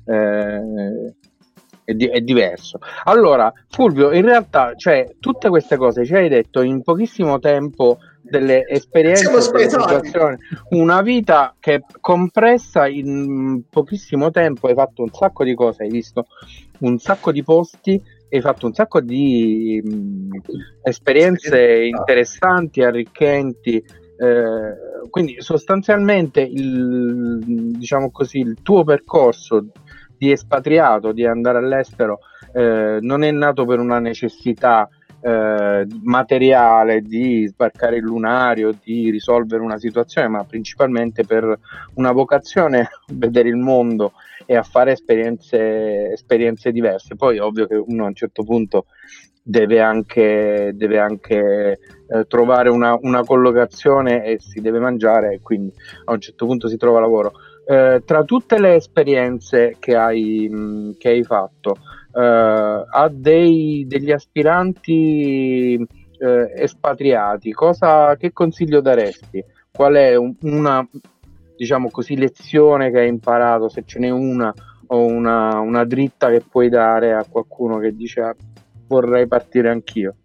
eh, è, di- è diverso. Allora, Fulvio, in realtà, cioè, tutte queste cose ci hai detto in pochissimo tempo, delle esperienze, Siamo delle spaesati. situazioni, una vita che è compressa in pochissimo tempo, hai fatto un sacco di cose, hai visto un sacco di posti, hai fatto un sacco di mh, esperienze interessanti, arricchenti, eh, quindi sostanzialmente il, diciamo così, il tuo percorso di espatriato, di andare all'estero, eh, non è nato per una necessità eh, materiale di sbarcare il lunario, di risolvere una situazione, ma principalmente per una vocazione a vedere il mondo e a fare esperienze, esperienze diverse. Poi ovvio che uno a un certo punto deve anche, deve anche eh, trovare una, una collocazione e si deve mangiare, e quindi a un certo punto si trova lavoro. Eh, tra tutte le esperienze che hai, mh, che hai fatto, eh, a dei, degli aspiranti eh, espatriati, cosa, che consiglio daresti? Qual è un- una, diciamo così, lezione che hai imparato, se ce n'è una, o una, una dritta che puoi dare a qualcuno che dice ah, vorrei partire anch'io?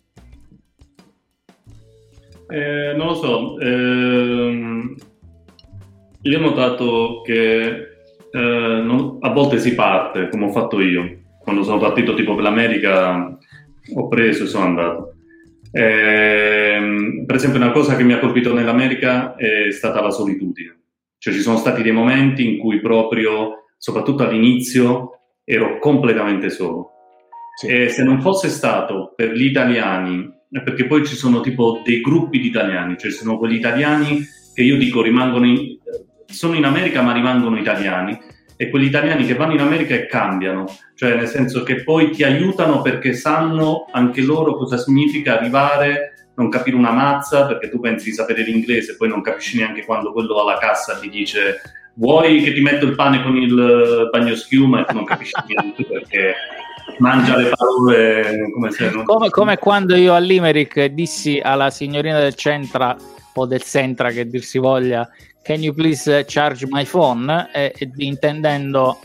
Eh, non lo so, ehm, io ho notato che eh, non- a volte si parte, come ho fatto io. Quando sono partito tipo per l'America ho preso e sono andato. Ehm, per esempio una cosa che mi ha colpito nell'America è stata la solitudine. Cioè ci sono stati dei momenti in cui proprio, soprattutto all'inizio, ero completamente solo. Sì. E se non fosse stato per gli italiani, perché poi ci sono tipo dei gruppi di italiani, cioè sono quegli italiani che io dico rimangono in, sono in America ma rimangono italiani, e quegli italiani che vanno in America e cambiano, cioè nel senso che poi ti aiutano perché sanno anche loro cosa significa arrivare, non capire una mazza, perché tu pensi di sapere l'inglese, poi non capisci neanche quando quello alla cassa ti dice vuoi che ti metto il pane con il bagnoschiuma, e tu non capisci niente perché mangia le parole come se non... Come, come quando io a Limerick dissi alla signorina del Centra o del Centra, che dir si voglia, can you please charge my phone, eh, eh, intendendo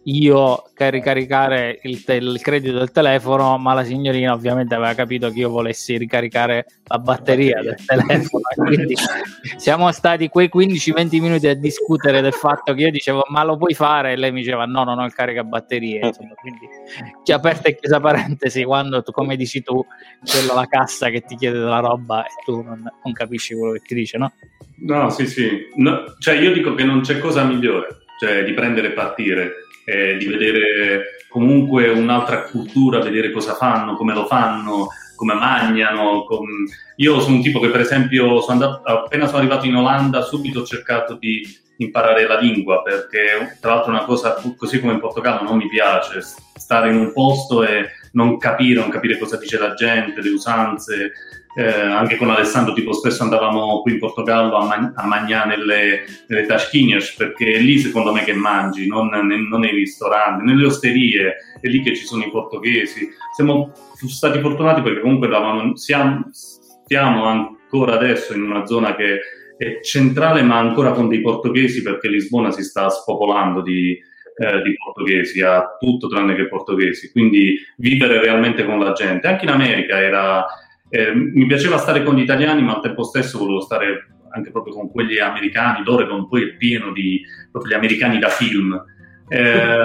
io ricaricare il, te- il credito del telefono, ma la signorina ovviamente aveva capito che io volessi ricaricare la batteria del telefono, quindi siamo stati quei quindici venti minuti a discutere del fatto che io dicevo ma lo puoi fare, e lei mi diceva no, non ho il caricabatterie, insomma. Quindi c'è aperta e chiusa parentesi, quando tu, come dici tu, quella la cassa che ti chiede della roba e tu non, non capisci quello che ti dice, no? No, sì, sì, no, cioè io dico che non c'è cosa migliore, cioè di prendere e partire, eh, di vedere comunque un'altra cultura, vedere cosa fanno, come lo fanno, come mangiano. Com... Io sono un tipo che, per esempio, sono andato, appena sono arrivato in Olanda, subito ho cercato di imparare la lingua, perché tra l'altro una cosa, così come in Portogallo, non mi piace stare in un posto e non capire, non capire cosa dice la gente, le usanze. Eh, anche con Alessandro, tipo, spesso andavamo qui in Portogallo a, man- a mangiare nelle, nelle tasquinhas, perché è lì secondo me che mangi, non, ne- non nei ristoranti, nelle osterie, è lì che ci sono i portoghesi. Siamo stati fortunati perché comunque davano, siamo, stiamo ancora adesso in una zona che è centrale, ma ancora con dei portoghesi, perché Lisbona si sta spopolando di, eh, di portoghesi, ha tutto tranne che portoghesi, quindi vivere realmente con la gente. Anche in America era... Eh, mi piaceva stare con gli italiani, ma al tempo stesso volevo stare anche proprio con quelli americani. L'Oregon poi è pieno di proprio gli americani da film. Eh,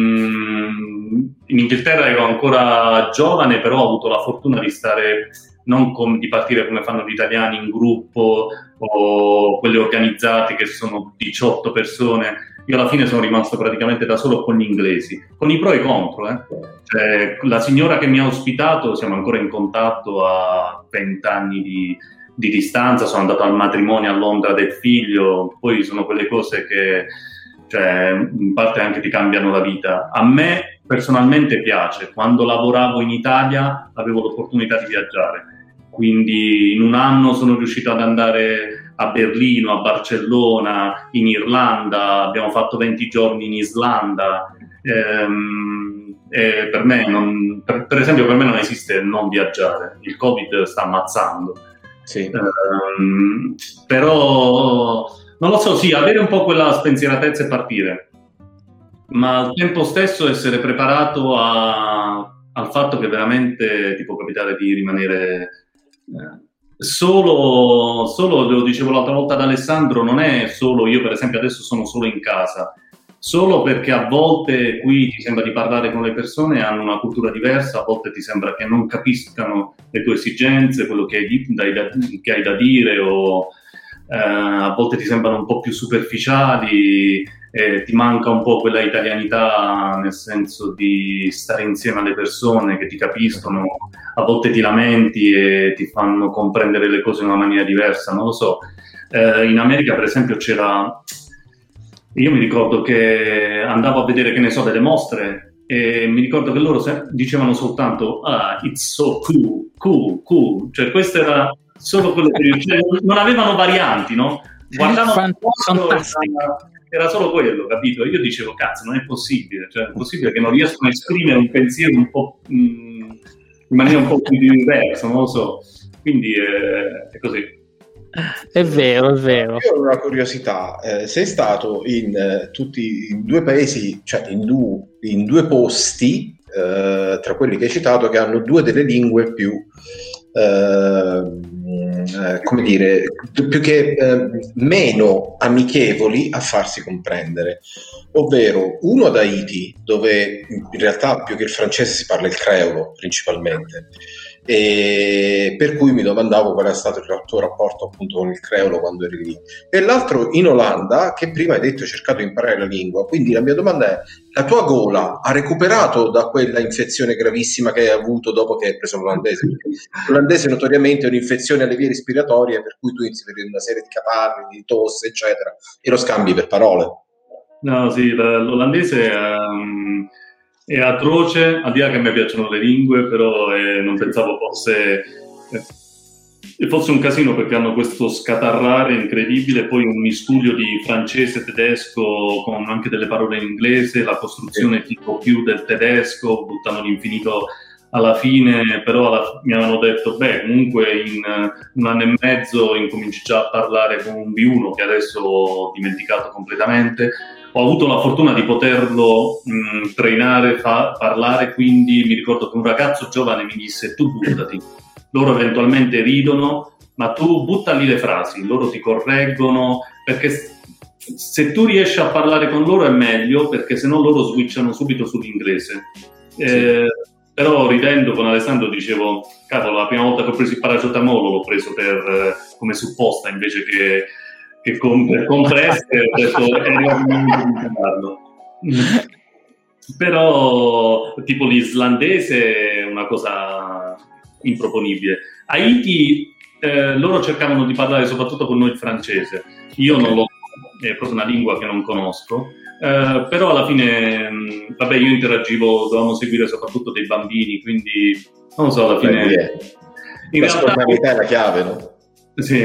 mh, in Inghilterra ero ancora giovane, però ho avuto la fortuna di stare, non com- di partire come fanno gli italiani in gruppo o quelle organizzate che sono diciotto persone. Io alla fine sono rimasto praticamente da solo con gli inglesi, con i pro e i contro. Eh. Cioè, la signora che mi ha ospitato, siamo ancora in contatto a vent'anni di, di distanza, sono andato al matrimonio a Londra del figlio, poi sono quelle cose che, cioè, in parte anche ti cambiano la vita. A me personalmente piace, quando lavoravo in Italia avevo l'opportunità di viaggiare, quindi in un anno sono riuscito ad andare a Berlino, a Barcellona, in Irlanda, abbiamo fatto venti giorni in Islanda. Ehm, e per me, non, per, per esempio, per me non esiste non viaggiare, il Covid sta ammazzando. Sì. Ehm, però, non lo so, sì, avere un po' quella spensieratezza e partire, ma al tempo stesso essere preparato a, al fatto che veramente ti può capitare di rimanere... Eh, Solo, solo, lo dicevo l'altra volta ad Alessandro, non è solo io, per esempio adesso sono solo in casa, solo perché a volte qui ti sembra di parlare con le persone, hanno una cultura diversa, a volte ti sembra che non capiscano le tue esigenze, quello che hai, da, che hai da dire, o eh, a volte ti sembrano un po' più superficiali, eh, ti manca un po' quella italianità, nel senso di stare insieme alle persone che ti capiscono, a volte ti lamenti e ti fanno comprendere le cose in una maniera diversa, non lo so. Eh, in America, per esempio, c'era... Io mi ricordo che andavo a vedere, che ne so, delle mostre, e mi ricordo che loro se... dicevano soltanto ah, it's so cool, cool, cool. Cioè, questo era solo quello che... cioè, non avevano varianti, no? Guardavano fantastico. Era solo quello, capito? Io dicevo, cazzo, non è possibile, cioè è possibile che non riescono a esprimere un pensiero un po' mh, in maniera un po' più diversa, non lo so. Quindi eh, è così. È vero, è vero. Io ho una curiosità, eh, sei stato in eh, tutti in due paesi, cioè in, du- in due posti, eh, tra quelli che hai citato, che hanno due delle lingue più eh, eh, come dire, più che eh, meno amichevoli a farsi comprendere, ovvero uno ad Haiti, dove in realtà più che il francese si parla il creolo principalmente, e per cui mi domandavo qual è stato il tuo rapporto appunto con il creolo quando eri lì, e l'altro in Olanda, che prima hai detto hai cercato di imparare la lingua, quindi la mia domanda è: la tua gola ha recuperato da quella infezione gravissima che hai avuto dopo che hai preso l'olandese? Perché l'olandese notoriamente è un'infezione alle vie respiratorie, per cui tu inizi a avere una serie di catarri, di tosse eccetera, e lo scambi per parole. No, sì, l'olandese è, um, è atroce, al di là che a me piacciono le lingue, però eh, non pensavo fosse, eh, fosse un casino, perché hanno questo scatarrare incredibile, poi un miscuglio di francese e tedesco con anche delle parole in inglese, la costruzione tipo più del tedesco, buttano l'infinito alla fine, però alla, mi avevano detto, beh, comunque in uh, un anno e mezzo incominci già a parlare con un B uno, che adesso ho dimenticato completamente. ho avuto la fortuna di poterlo mh, trainare, fa, parlare, quindi mi ricordo che un ragazzo giovane mi disse: tu buttati, loro eventualmente ridono, ma tu buttali le frasi, loro ti correggono, perché se tu riesci a parlare con loro è meglio, perché se no loro switchano subito sull'inglese. Sì. Eh, però ridendo con Alessandro dicevo: cavolo, la prima volta che ho preso il paracetamolo l'ho preso per, come supposta invece che, che com- compresse, ho detto è arrivato il momento di impararlo. Però tipo l'islandese è una cosa improponibile. Haiti, eh, loro cercavano di parlare soprattutto con noi il francese, io okay. non lo è proprio una lingua che non conosco, eh, però alla fine mh, vabbè, io interagivo, dovevamo seguire soprattutto dei bambini, quindi non lo so, alla fine Beh, in la realtà è la chiave, no? Sì,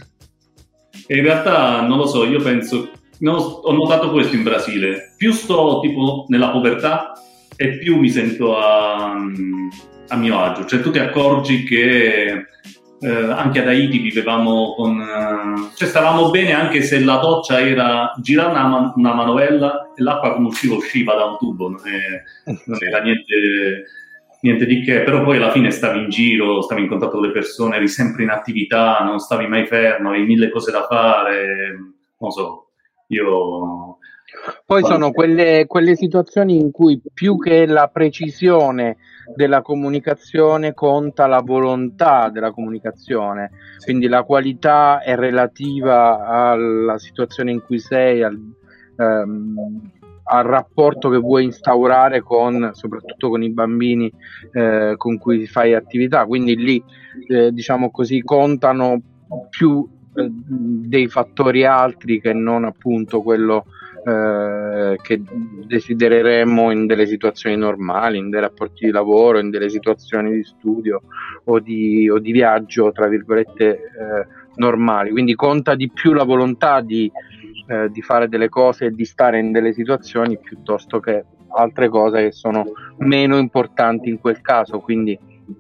e in realtà non lo so, io penso, no, ho notato questo in Brasile, più sto tipo nella povertà e più mi sento a, a mio agio, cioè tu ti accorgi che Eh, anche ad Haiti vivevamo con, eh, cioè stavamo bene anche se la doccia era girare una, man- una manovella e l'acqua come usciva usciva da un tubo, non, è, non era niente, niente di che, però poi alla fine stavi in giro, stavi in contatto con le persone, eri sempre in attività, non stavi mai fermo, avevi mille cose da fare, non so, io... Poi sono quelle, quelle situazioni in cui più che la precisione della comunicazione conta la volontà della comunicazione, quindi la qualità è relativa alla situazione in cui sei, al, ehm, al rapporto che vuoi instaurare con, soprattutto con i bambini eh, con cui fai attività, quindi lì eh, diciamo così contano più eh, dei fattori altri che non appunto quello Eh, che desidereremmo in delle situazioni normali, in dei rapporti di lavoro, in delle situazioni di studio o di, o di viaggio, tra virgolette, eh, normali. Quindi conta di più la volontà di, eh, di fare delle cose e di stare in delle situazioni piuttosto che altre cose che sono meno importanti in quel caso. Quindi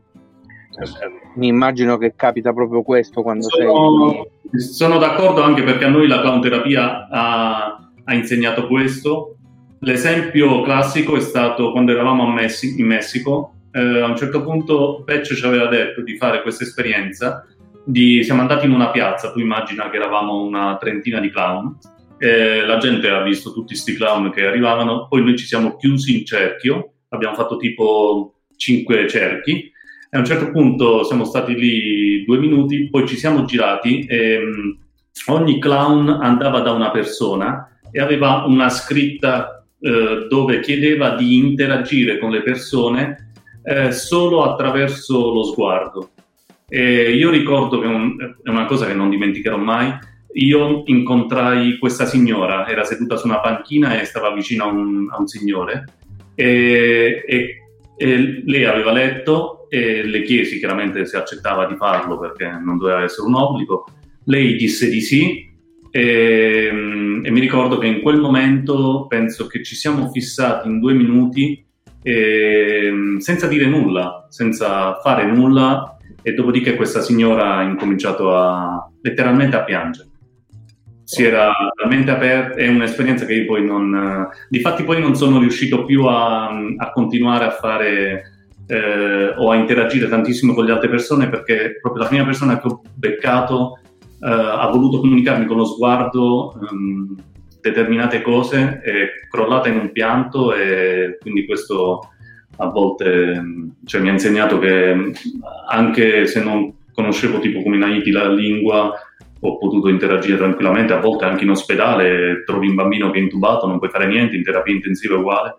eh, mi immagino che capita proprio questo quando sono, sei... Sono d'accordo, anche perché a noi la clown terapia ha ha insegnato questo. L'esempio classico è stato quando eravamo a Messi- in Messico, eh, a un certo punto Patch ci aveva detto di fare questa esperienza, di, siamo andati in una piazza, tu immagina che eravamo una trentina di clown, eh, la gente ha visto tutti sti clown che arrivavano, poi noi ci siamo chiusi in cerchio, abbiamo fatto tipo cinque cerchi, e a un certo punto siamo stati lì due minuti, poi ci siamo girati e mh, ogni clown andava da una persona e aveva una scritta eh, dove chiedeva di interagire con le persone eh, solo attraverso lo sguardo. E io ricordo che un, è una cosa che non dimenticherò mai. Io incontrai questa signora, era seduta su una panchina e stava vicino a un, a un signore e, e, e lei aveva letto e le chiesi chiaramente se accettava di farlo perché non doveva essere un obbligo. Lei disse di sì. E, e mi ricordo che in quel momento penso che ci siamo fissati in due minuti e, senza dire nulla, senza fare nulla, e dopodiché questa signora ha incominciato a letteralmente a piangere. Si era talmente aperta, è un'esperienza che io poi non, difatti poi non sono riuscito più a, a continuare a fare eh, o a interagire tantissimo con le altre persone, perché proprio la prima persona che ho beccato Uh, ha voluto comunicarmi con lo sguardo um, determinate cose, è crollata in un pianto, e quindi questo a volte cioè, mi ha insegnato che anche se non conoscevo tipo come in Haiti la lingua, ho potuto interagire tranquillamente. A volte anche in ospedale trovi un bambino che è intubato, non puoi fare niente, in terapia intensiva è uguale,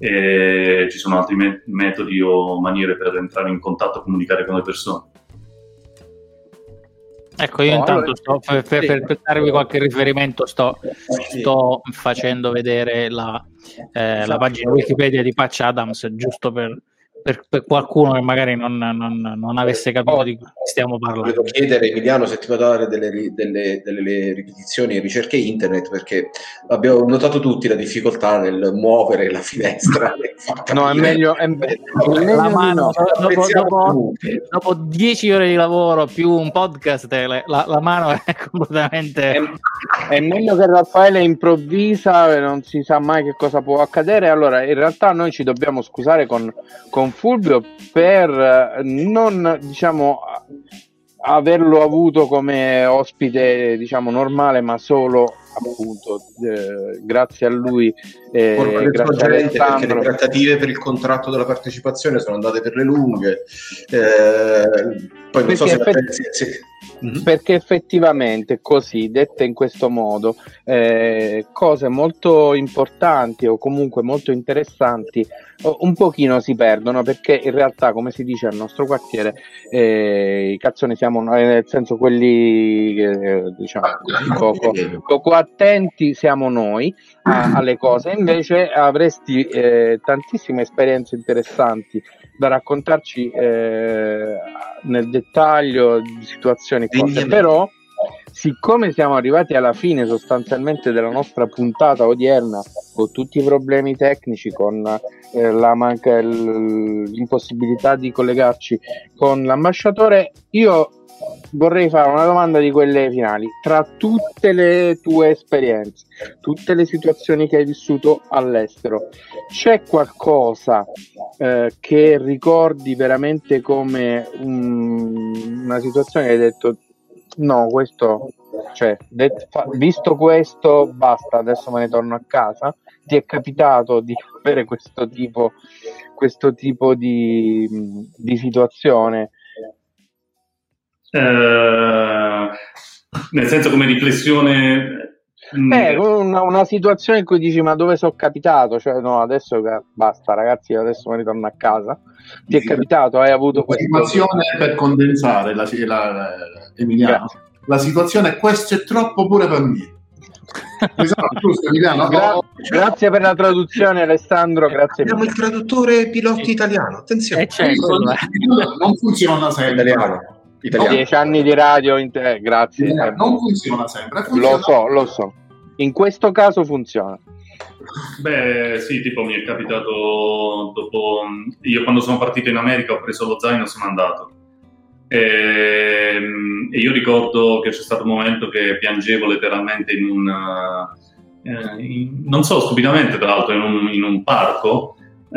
e ci sono altri me- metodi o maniere per entrare in contatto e comunicare con le persone. Ecco, io no, intanto allora, sto, per, per, per, per darvi qualche riferimento sto, Sì. sto facendo vedere la, eh, la pagina Wikipedia di Patch Adams, giusto per, per, per qualcuno che magari non, non, non avesse capito oh, di cui stiamo parlando. Volevo chiedere, Emiliano, se ti può dare delle, delle, delle ripetizioni e ricerche internet, perché abbiamo notato tutti la difficoltà nel muovere la finestra. No, è meglio, è, è meglio la mano, no. dopo, dopo, dopo dieci ore di lavoro più un podcast, la, la mano è completamente... È, è meglio che Raffaele improvvisa, non si sa mai che cosa può accadere. Allora, in realtà noi ci dobbiamo scusare con, con Fulvio per non, diciamo, averlo avuto come ospite, diciamo, normale, ma solo appunto eh, grazie a lui, eh, grazie a Alessandro, perché le trattative per il contratto della partecipazione sono andate per le lunghe, eh, poi non so se effett- pensi, sì. Mm-hmm. Perché effettivamente così, dette in questo modo, eh, cose molto importanti o comunque molto interessanti un pochino si perdono, perché in realtà, come si dice al nostro quartiere, eh, i cazzoni siamo noi, nel senso quelli che diciamo poco, poco attenti siamo noi a, alle cose. Invece avresti eh, tantissime esperienze interessanti da raccontarci eh, nel dettaglio di situazioni cose. Però siccome siamo arrivati alla fine sostanzialmente della nostra puntata odierna, con tutti i problemi tecnici, con eh, la manca, l'impossibilità di collegarci con l'ambasciatore, io vorrei fare una domanda di quelle finali. Tra tutte le tue esperienze, tutte le situazioni che hai vissuto all'estero, c'è qualcosa eh, che ricordi veramente come un, una situazione che hai detto no, questo, cioè, det, fa, visto questo, basta, adesso me ne torno a casa? Ti è capitato di avere questo tipo, questo tipo di, di situazione? Eh, nel senso, come riflessione, eh, una, una situazione in cui dici ma dove sono capitato? Cioè no, adesso basta ragazzi, adesso me ne torno a casa. Ti è capitato? Hai avuto questa situazione per condensare la, la, la, Emiliano? Grazie. La situazione è questo è troppo pure per me. Esatto, giusto, Emiliano? Gra- oh, grazie per la traduzione, Alessandro. Grazie. Abbiamo il traduttore Pilotti italiano. Attenzione, eh, certo, non, non funziona sempre. Italiano. Italiano. Dieci anni di radio, in te- grazie. Eh, non funziona sempre. Funziona. Lo so, lo so. In questo caso funziona. Beh, sì, tipo mi è capitato dopo. Io quando sono partito in America ho preso lo zaino e sono andato. E, e io ricordo che c'è stato un momento che piangevo letteralmente in un. Eh, in, non so, stupidamente tra l'altro, in un, in un parco.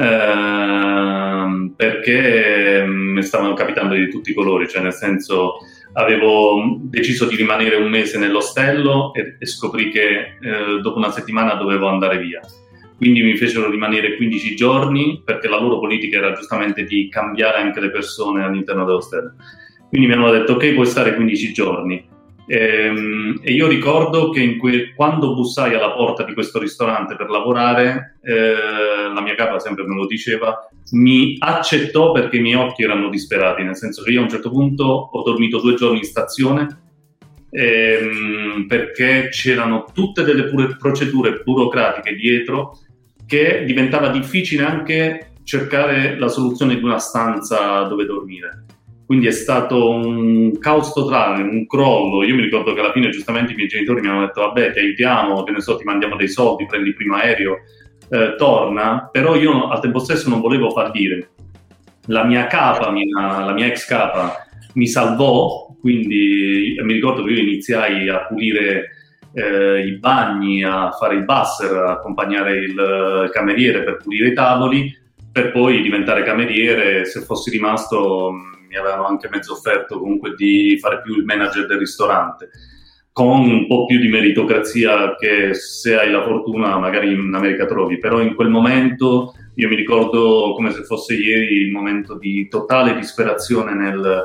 Eh, perché mi stavano capitando di tutti i colori, cioè nel senso avevo deciso di rimanere un mese nell'ostello e, e scoprì che eh, dopo una settimana dovevo andare via, quindi mi fecero rimanere quindici giorni perché la loro politica era giustamente di cambiare anche le persone all'interno dell'ostello, quindi mi hanno detto ok, puoi stare quindici giorni. E, e io ricordo che in que- quando bussai alla porta di questo ristorante per lavorare, eh, la mia capa sempre me lo diceva, mi accettò perché i miei occhi erano disperati, nel senso che io a un certo punto ho dormito due giorni in stazione ehm, perché c'erano tutte delle pure procedure burocratiche dietro che diventava difficile anche cercare la soluzione di una stanza dove dormire. Quindi è stato un caos totale, un crollo. Io mi ricordo che alla fine giustamente i miei genitori mi hanno detto vabbè, ti aiutiamo, che ne so, ti mandiamo dei soldi, prendi il primo aereo, eh, torna. Però io al tempo stesso non volevo fallire. La mia capa, mia, la mia ex capa mi salvò, quindi mi ricordo che io iniziai a pulire eh, i bagni, a fare il busser, a accompagnare il cameriere per pulire i tavoli, per poi diventare cameriere. Se fossi rimasto mi avevano anche mezzo offerto comunque di fare più il manager del ristorante, con un po' più di meritocrazia che se hai la fortuna magari in America trovi, però in quel momento io mi ricordo come se fosse ieri il momento di totale disperazione nel,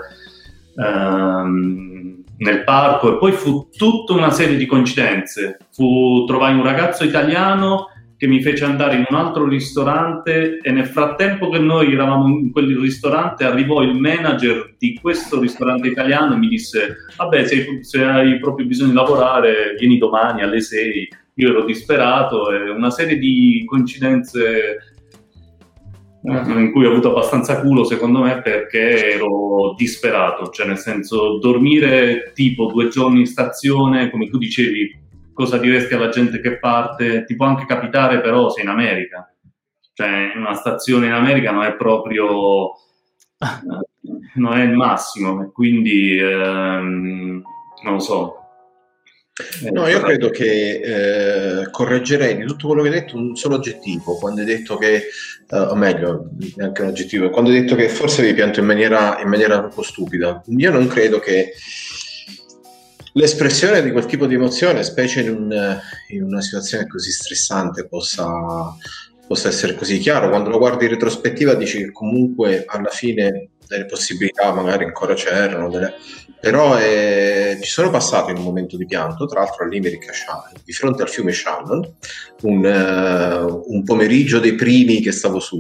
ehm, nel parco, e poi fu tutta una serie di coincidenze. Fu, trovai un ragazzo italiano che mi fece andare in un altro ristorante, e nel frattempo che noi eravamo in quel ristorante arrivò il manager di questo ristorante italiano e mi disse vabbè, se, se hai proprio bisogno di lavorare vieni domani alle sei. Io ero disperato, e una serie di coincidenze in cui ho avuto abbastanza culo secondo me perché ero disperato, cioè nel senso dormire tipo due giorni in stazione, come tu dicevi, cosa diresti alla gente che parte, ti può anche capitare però sei in America, cioè una stazione in America non è proprio non è il massimo, quindi ehm, non lo so. No, io credo che eh, correggerei di tutto quello che hai detto un solo aggettivo, quando hai detto che, uh, o meglio, neanche un aggettivo, quando hai detto che forse avevi pianto in maniera, in maniera un po' stupida. Io non credo che l'espressione di quel tipo di emozione, specie in, un, in una situazione così stressante, possa, possa essere così chiaro. Quando lo guardi in retrospettiva dici che comunque alla fine delle possibilità magari ancora c'erano, delle... però eh, ci sono passato in un momento di pianto, tra l'altro a Limerick a Shannon, di fronte al fiume Shannon, un, uh, un pomeriggio dei primi che stavo su.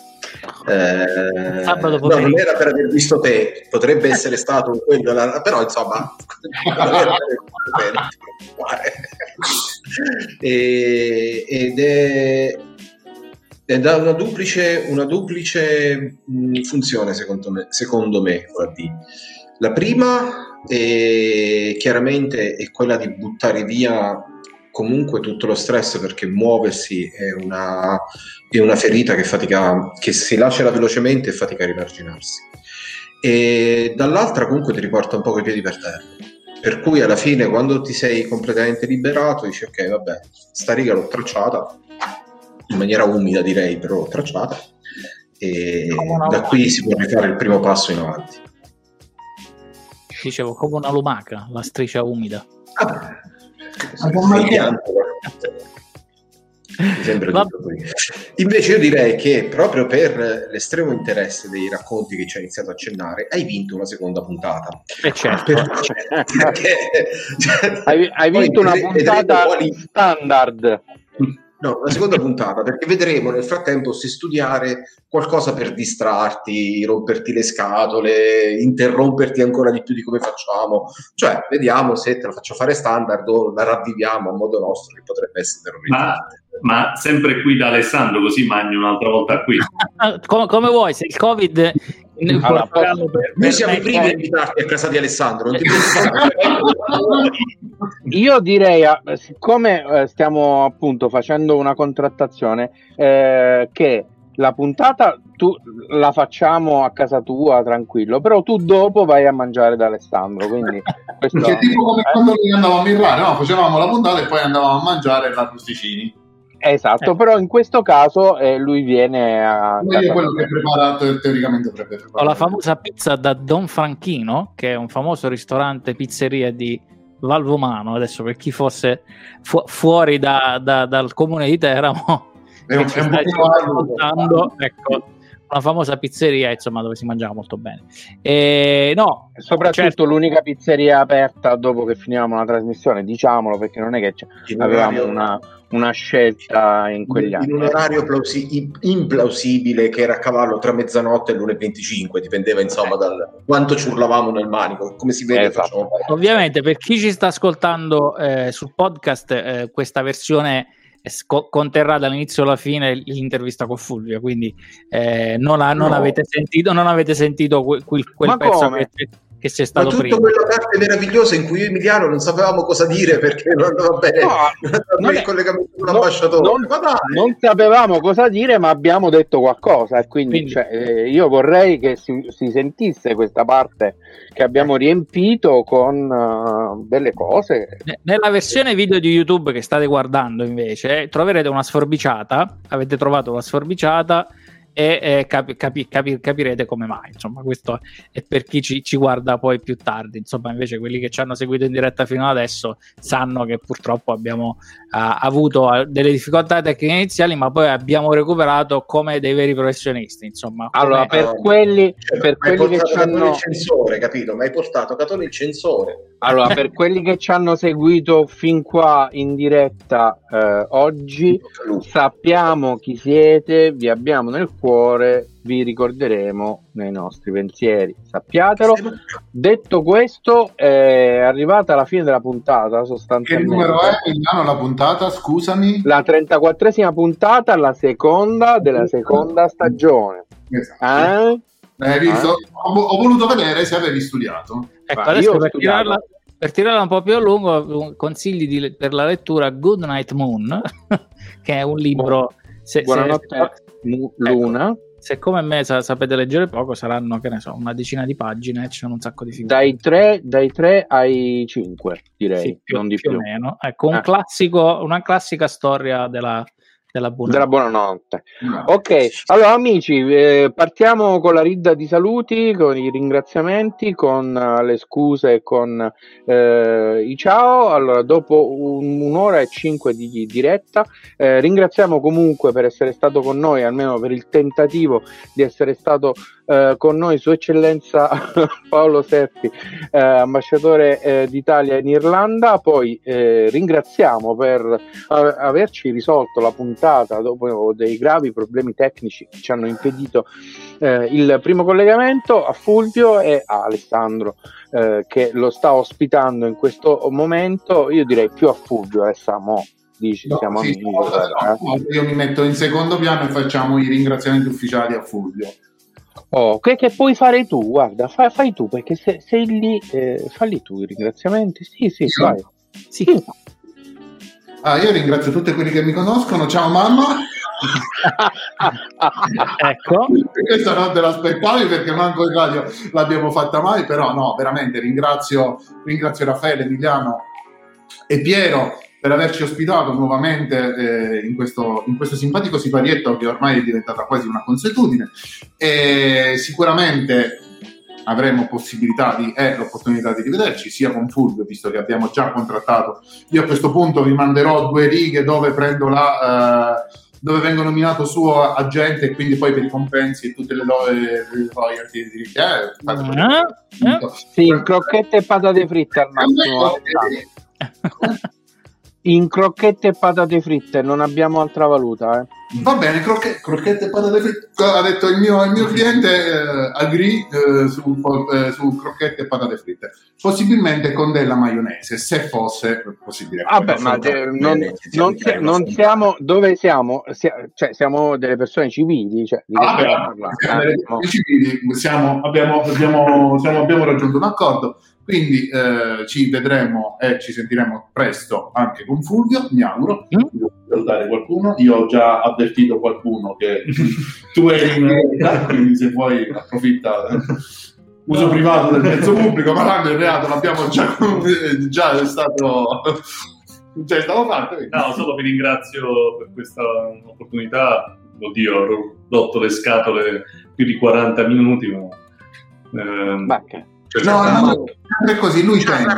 Eh, Sabato no, non era per aver visto te, potrebbe essere stato quello, la, però insomma e, ed è ed ha una duplice, una duplice mh, funzione secondo me, secondo me ora di. La prima è, chiaramente è quella di buttare via comunque tutto lo stress, perché muoversi è una, è una ferita che fatica, che si lacera velocemente e fatica a rimarginarsi, e dall'altra comunque ti riporta un po' coi piedi per terra, per cui alla fine quando ti sei completamente liberato dici ok, vabbè, sta riga l'ho tracciata in maniera umida, direi, però tracciata, e da qui si può rifare il primo passo in avanti. Dicevo, come una lumaca, la striscia umida. Ah, mi sembra tutto così. Invece io direi che proprio per l'estremo interesse dei racconti che ci hai iniziato a accennare, hai vinto una seconda puntata. E certo. Perché, perché, cioè, hai, hai vinto una puntata quali... standard. No, la seconda puntata, perché vedremo nel frattempo se studiare qualcosa per distrarti, romperti le scatole, interromperti ancora di più di come facciamo. Cioè, vediamo se te la faccio fare standard o la ravviviamo a modo nostro, che potrebbe essere terrorizzante. Ma, ma sempre qui da Alessandro, così mangi un'altra volta qui. come, come vuoi, se il Covid... Allora, per, per noi siamo i primi a invitarti a casa di Alessandro, non ti Io direi, siccome eh, stiamo appunto facendo una contrattazione, eh, che la puntata tu la facciamo a casa tua tranquillo, però tu dopo vai a mangiare da Alessandro, quindi questo, perché tipo come eh? quando noi andavamo a mirrare, no? Facevamo la puntata e poi andavamo a mangiare da Crusticini. Esatto, eh. Però in questo caso eh, lui viene a lui è quello che prepara, teoricamente potrebbe preparare. Ho la famosa pizza da Don Franchino, che è un famoso ristorante pizzeria di Valvomano, adesso per chi fosse fu- fuori da, da, dal comune di Teramo, è un, è un po' ecco, una famosa pizzeria, insomma, dove si mangiava molto bene. E no, soprattutto certo, l'unica pizzeria aperta dopo che finivamo la trasmissione, diciamolo, perché non è che avevamo una, una scelta in quegli in anni. In un orario plausi- implausibile che era a cavallo tra mezzanotte e l'una e venticinque, dipendeva insomma dal quanto ci urlavamo nel manico, come si vede. Esatto. Facciamo... Ovviamente per chi ci sta ascoltando eh, sul podcast, eh, questa versione Sco- conterrà dall'inizio alla fine l'intervista con Fulvio, quindi eh, non, ha, non no. avete sentito non avete sentito quel, quel, quel pezzo che, che c'è stato ma prima. Ma tutta quella parte meravigliosa in cui io e Emiliano non sapevamo cosa dire perché non andava bene, no, non il collegamento con l'ambasciatore. Non, non sapevamo cosa dire, ma abbiamo detto qualcosa, e quindi, quindi. Cioè, eh, io vorrei che si, si sentisse questa parte che abbiamo riempito con uh, delle cose. Nella versione video di YouTube che state guardando invece troverete una sforbiciata, avete trovato una sforbiciata e eh, capi, capi, capi, capirete come mai, insomma. Questo è per chi ci, ci guarda poi più tardi, insomma. Invece quelli che ci hanno seguito in diretta fino adesso sanno che purtroppo abbiamo uh, avuto delle difficoltà tecniche iniziali, ma poi abbiamo recuperato come dei veri professionisti, insomma. Allora, per no, quelli, cioè, per quelli che ci hanno il censore, capito? Ma hai portato Catone il censore. Allora, per quelli che ci hanno seguito fin qua in diretta eh, oggi, sappiamo chi siete, vi abbiamo nel cuore vi ricorderemo nei nostri pensieri, sappiatelo. Detto questo, è arrivata la fine della puntata sostanzialmente. Che numero è, Emiliano, la puntata, scusami? La trentaquattresima puntata, la seconda della seconda stagione. Esatto. Eh? Hai visto? Eh? Ho, ho voluto vedere se avevi studiato. Ecco, adesso per tirarla, per tirarla un po' più a lungo, consigli di, per la lettura Good Night Moon, che è un libro... Se, Buonanotte se, Luna. Ecco, se come me sa, sapete leggere poco, saranno, che ne so, una decina di pagine, ci sono un sacco di figure. Dai tre, dai tre ai cinque, direi, sì, più, non di più più. o meno. Ecco, un eh. classico, una classica storia della, della buonanotte. Della buonanotte. No. Ok, allora amici, eh, partiamo con la ridda di saluti, con i ringraziamenti, con uh, le scuse, con eh, i ciao. Allora, dopo un, un'ora e cinque di diretta, eh, ringraziamo comunque per essere stato con noi, almeno per il tentativo di essere stato eh, con noi Sua Eccellenza Paolo Seppi, eh, ambasciatore eh, d'Italia in Irlanda. Poi eh, ringraziamo per a- averci risolto la puntata dopo dei gravi problemi tecnici che ci hanno impedito eh, il primo collegamento, a Fulvio e a Alessandro eh, che lo sta ospitando in questo momento. Io direi più a Fulvio, adesso mo dici, no, siamo sì, amici, no, no, io mi metto in secondo piano e facciamo i ringraziamenti ufficiali a Fulvio. Oh, che, che puoi fare tu, guarda, fai, fai tu, perché se, sei lì, eh, falli tu i ringraziamenti. Sì, sì, io? vai. Sì. Ah, io ringrazio tutti quelli che mi conoscono. Ciao mamma. Ecco, Questa non te l'aspettavi perché manco in radio l'abbiamo fatta mai, però no, veramente ringrazio, ringrazio Raffaele, Emiliano e Piero per averci ospitato nuovamente eh, in, questo, in questo simpatico siparietto che ormai è diventata quasi una consuetudine, e sicuramente avremo possibilità di, e l'opportunità di rivederci sia con Fulvio, visto che abbiamo già contrattato. Io a questo punto vi manderò due righe dove prendo la eh, dove vengo nominato suo agente e quindi poi per i compensi e tutte le, lo- le royalty di eh, eh, eh. Sì, crocchette e patate fritte al massimo. In crocchette e patate fritte, non abbiamo altra valuta. Eh. Va bene, crocche- crocchette e patate fritte. Ha detto il mio, il mio cliente eh, agree eh, su, eh, su crocchette e patate fritte, possibilmente con della maionese, se fosse possibile. Ah, beh, ma de- non, non, si- non siamo dove siamo, si- cioè siamo delle persone civili, cioè, di che Ah, stiamo beh, parlando? siamo, delle Ah, no. persone civili, siamo- abbiamo, abbiamo, siamo- abbiamo raggiunto un accordo. Quindi eh, ci vedremo e ci sentiremo presto anche con Fulvio, mi auguro. Mm? Devo salutare qualcuno. Io ho già avvertito qualcuno che tu eri in realtà, quindi se vuoi approfitta. Uso no. privato del mezzo pubblico, ma tanto il reato l'abbiamo già, già è stato, già è stato fatto. Quindi. No, solo vi ringrazio per questa opportunità. Oddio, ho rotto le scatole più di quaranta minuti, ma... Ehm, Bacca. Cioè, no, no, no, è così, lui tende.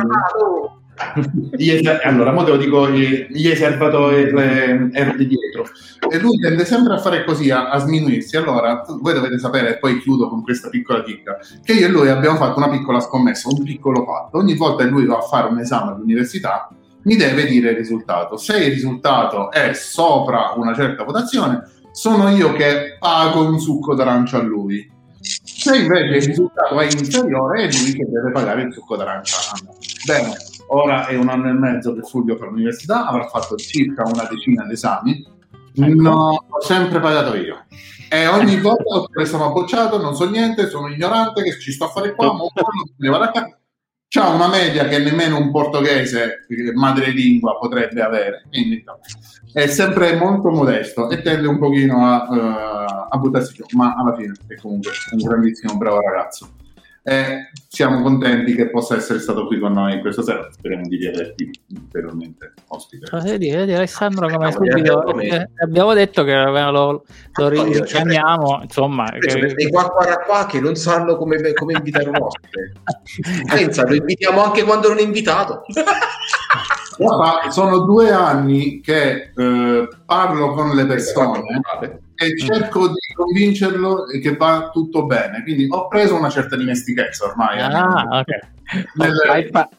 Allora, mo te lo dico, gli hai servato le erbe dietro e lui tende sempre a fare così, a, a sminuirsi. Allora, voi dovete sapere, e poi chiudo con questa piccola chicca, che io e lui abbiamo fatto una piccola scommessa, un piccolo patto. Ogni volta che lui va a fare un esame all'università mi deve dire il risultato. Se il risultato è sopra una certa votazione, sono io che pago un succo d'arancia a lui. Se invece il risultato è inferiore, è lui che deve pagare il succo d'arancia a me. Bene, ora è un anno e mezzo che Fulvio fa l'università, avrà fatto circa una decina di esami. Ecco. No, ho sempre pagato io. E ogni volta che sono bocciato, non so niente, sono ignorante, che ci sto a fare qua, mo, ne vado a casa. C'ha una media che nemmeno un portoghese madrelingua potrebbe avere, quindi è sempre molto modesto e tende un pochino a, uh, a buttarsi giù, ma alla fine è comunque un grandissimo bravo ragazzo. E siamo contenti che possa essere stato qui con noi questa sera. Speriamo di averti ulteriormente ospite. Vedi, vedi Alessandro come no, subito eh, abbiamo detto che lo, lo richiamiamo, insomma, che... dei qua, qua qua che non sanno come, come invitare un ospite. Pensa, lo invitiamo anche quando non è invitato. Guarda, sono due anni che eh, parlo con le persone e cerco di convincerlo che va tutto bene, quindi ho preso una certa dimestichezza ormai. Ah, okay. Nel... hai, pa-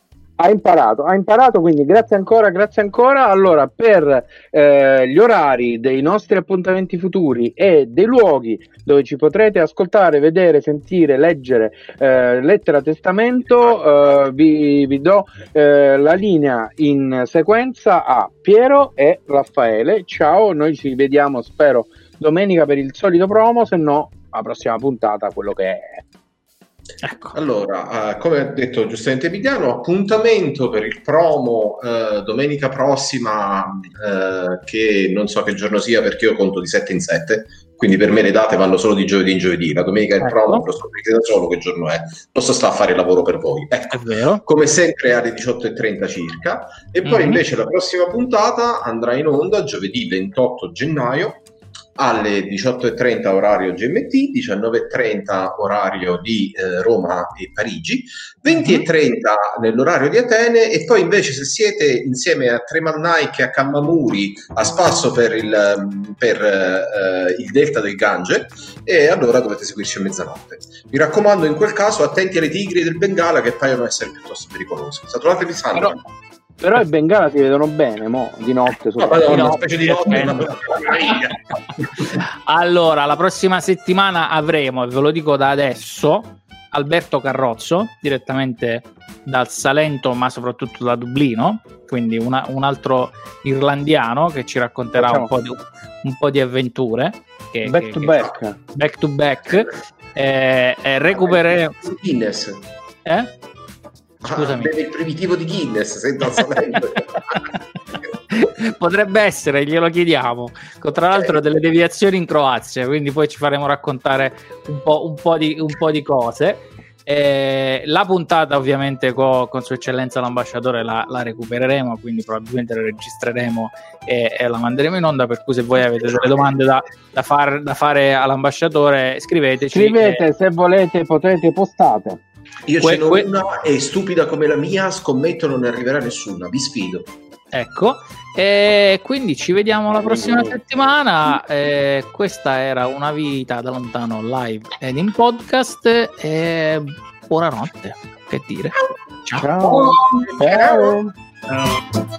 ha imparato, ha imparato, quindi grazie ancora, grazie ancora. Allora, per eh, gli orari dei nostri appuntamenti futuri e dei luoghi dove ci potrete ascoltare, vedere, sentire, leggere, eh, lettera testamento, eh, vi, vi do eh, la linea in sequenza a Piero e Raffaele. Ciao, noi ci vediamo, spero, domenica per il solito promo, se no la prossima puntata, quello che è. Ecco. Allora, uh, come ha detto giustamente Emiliano, appuntamento per il promo uh, domenica prossima, uh, che non so che giorno sia perché io conto di sette in sette, quindi per me le date vanno solo di giovedì in giovedì. La domenica è il ecco. promo, lo so da solo che giorno è, posso stare a fare il lavoro per voi. Ecco, è vero. Come sempre alle diciotto e trenta circa, e poi mm-hmm. invece la prossima puntata andrà in onda giovedì ventotto gennaio alle diciotto e trenta orario G M T, diciannove e trenta orario di eh, Roma e Parigi, venti e trenta nell'orario di Atene, e poi invece se siete insieme a Tremal Nike e a Kammamuri a spasso per il, per, eh, il delta del Gange, e allora dovete seguirci a mezzanotte. Mi raccomando, in quel caso attenti alle tigri del Bengala che paiono essere piuttosto pericolose. Saturatevi sangue. Però... Però i Bengala si vedono bene, mo, di notte. No, madonna, una specie di notte. Allora, la prossima settimana avremo, e ve lo dico da adesso, Alberto Carrozzo, direttamente dal Salento, ma soprattutto da Dublino, quindi una, un altro irlandiano che ci racconterà un po' di, un po' di avventure. Che, back, che, to che back. back to back. Eh, eh, recupereremo... Guinness. Eh? Scusami. Ah, il primitivo di Guinness, sento al Salento. Potrebbe essere, glielo chiediamo. Tra l'altro delle deviazioni in Croazia, quindi poi ci faremo raccontare un po', un po', di, un po' di cose. Eh, la puntata ovviamente co, con Sua Eccellenza l'Ambasciatore la, la recupereremo, quindi probabilmente la registreremo e, e la manderemo in onda, per cui se voi avete delle domande da, da, far, da fare all'ambasciatore, scriveteci. Scrivete, e... se volete potete, postate. Io que, ce n'ho que... una, e stupida come la mia, scommetto non ne arriverà nessuna, vi sfido. Ecco, e quindi ci vediamo la prossima settimana. Eh, questa era Una vita da lontano live ed in podcast, e buonanotte, che dire. Ciao. Ciao. Ciao. Ciao.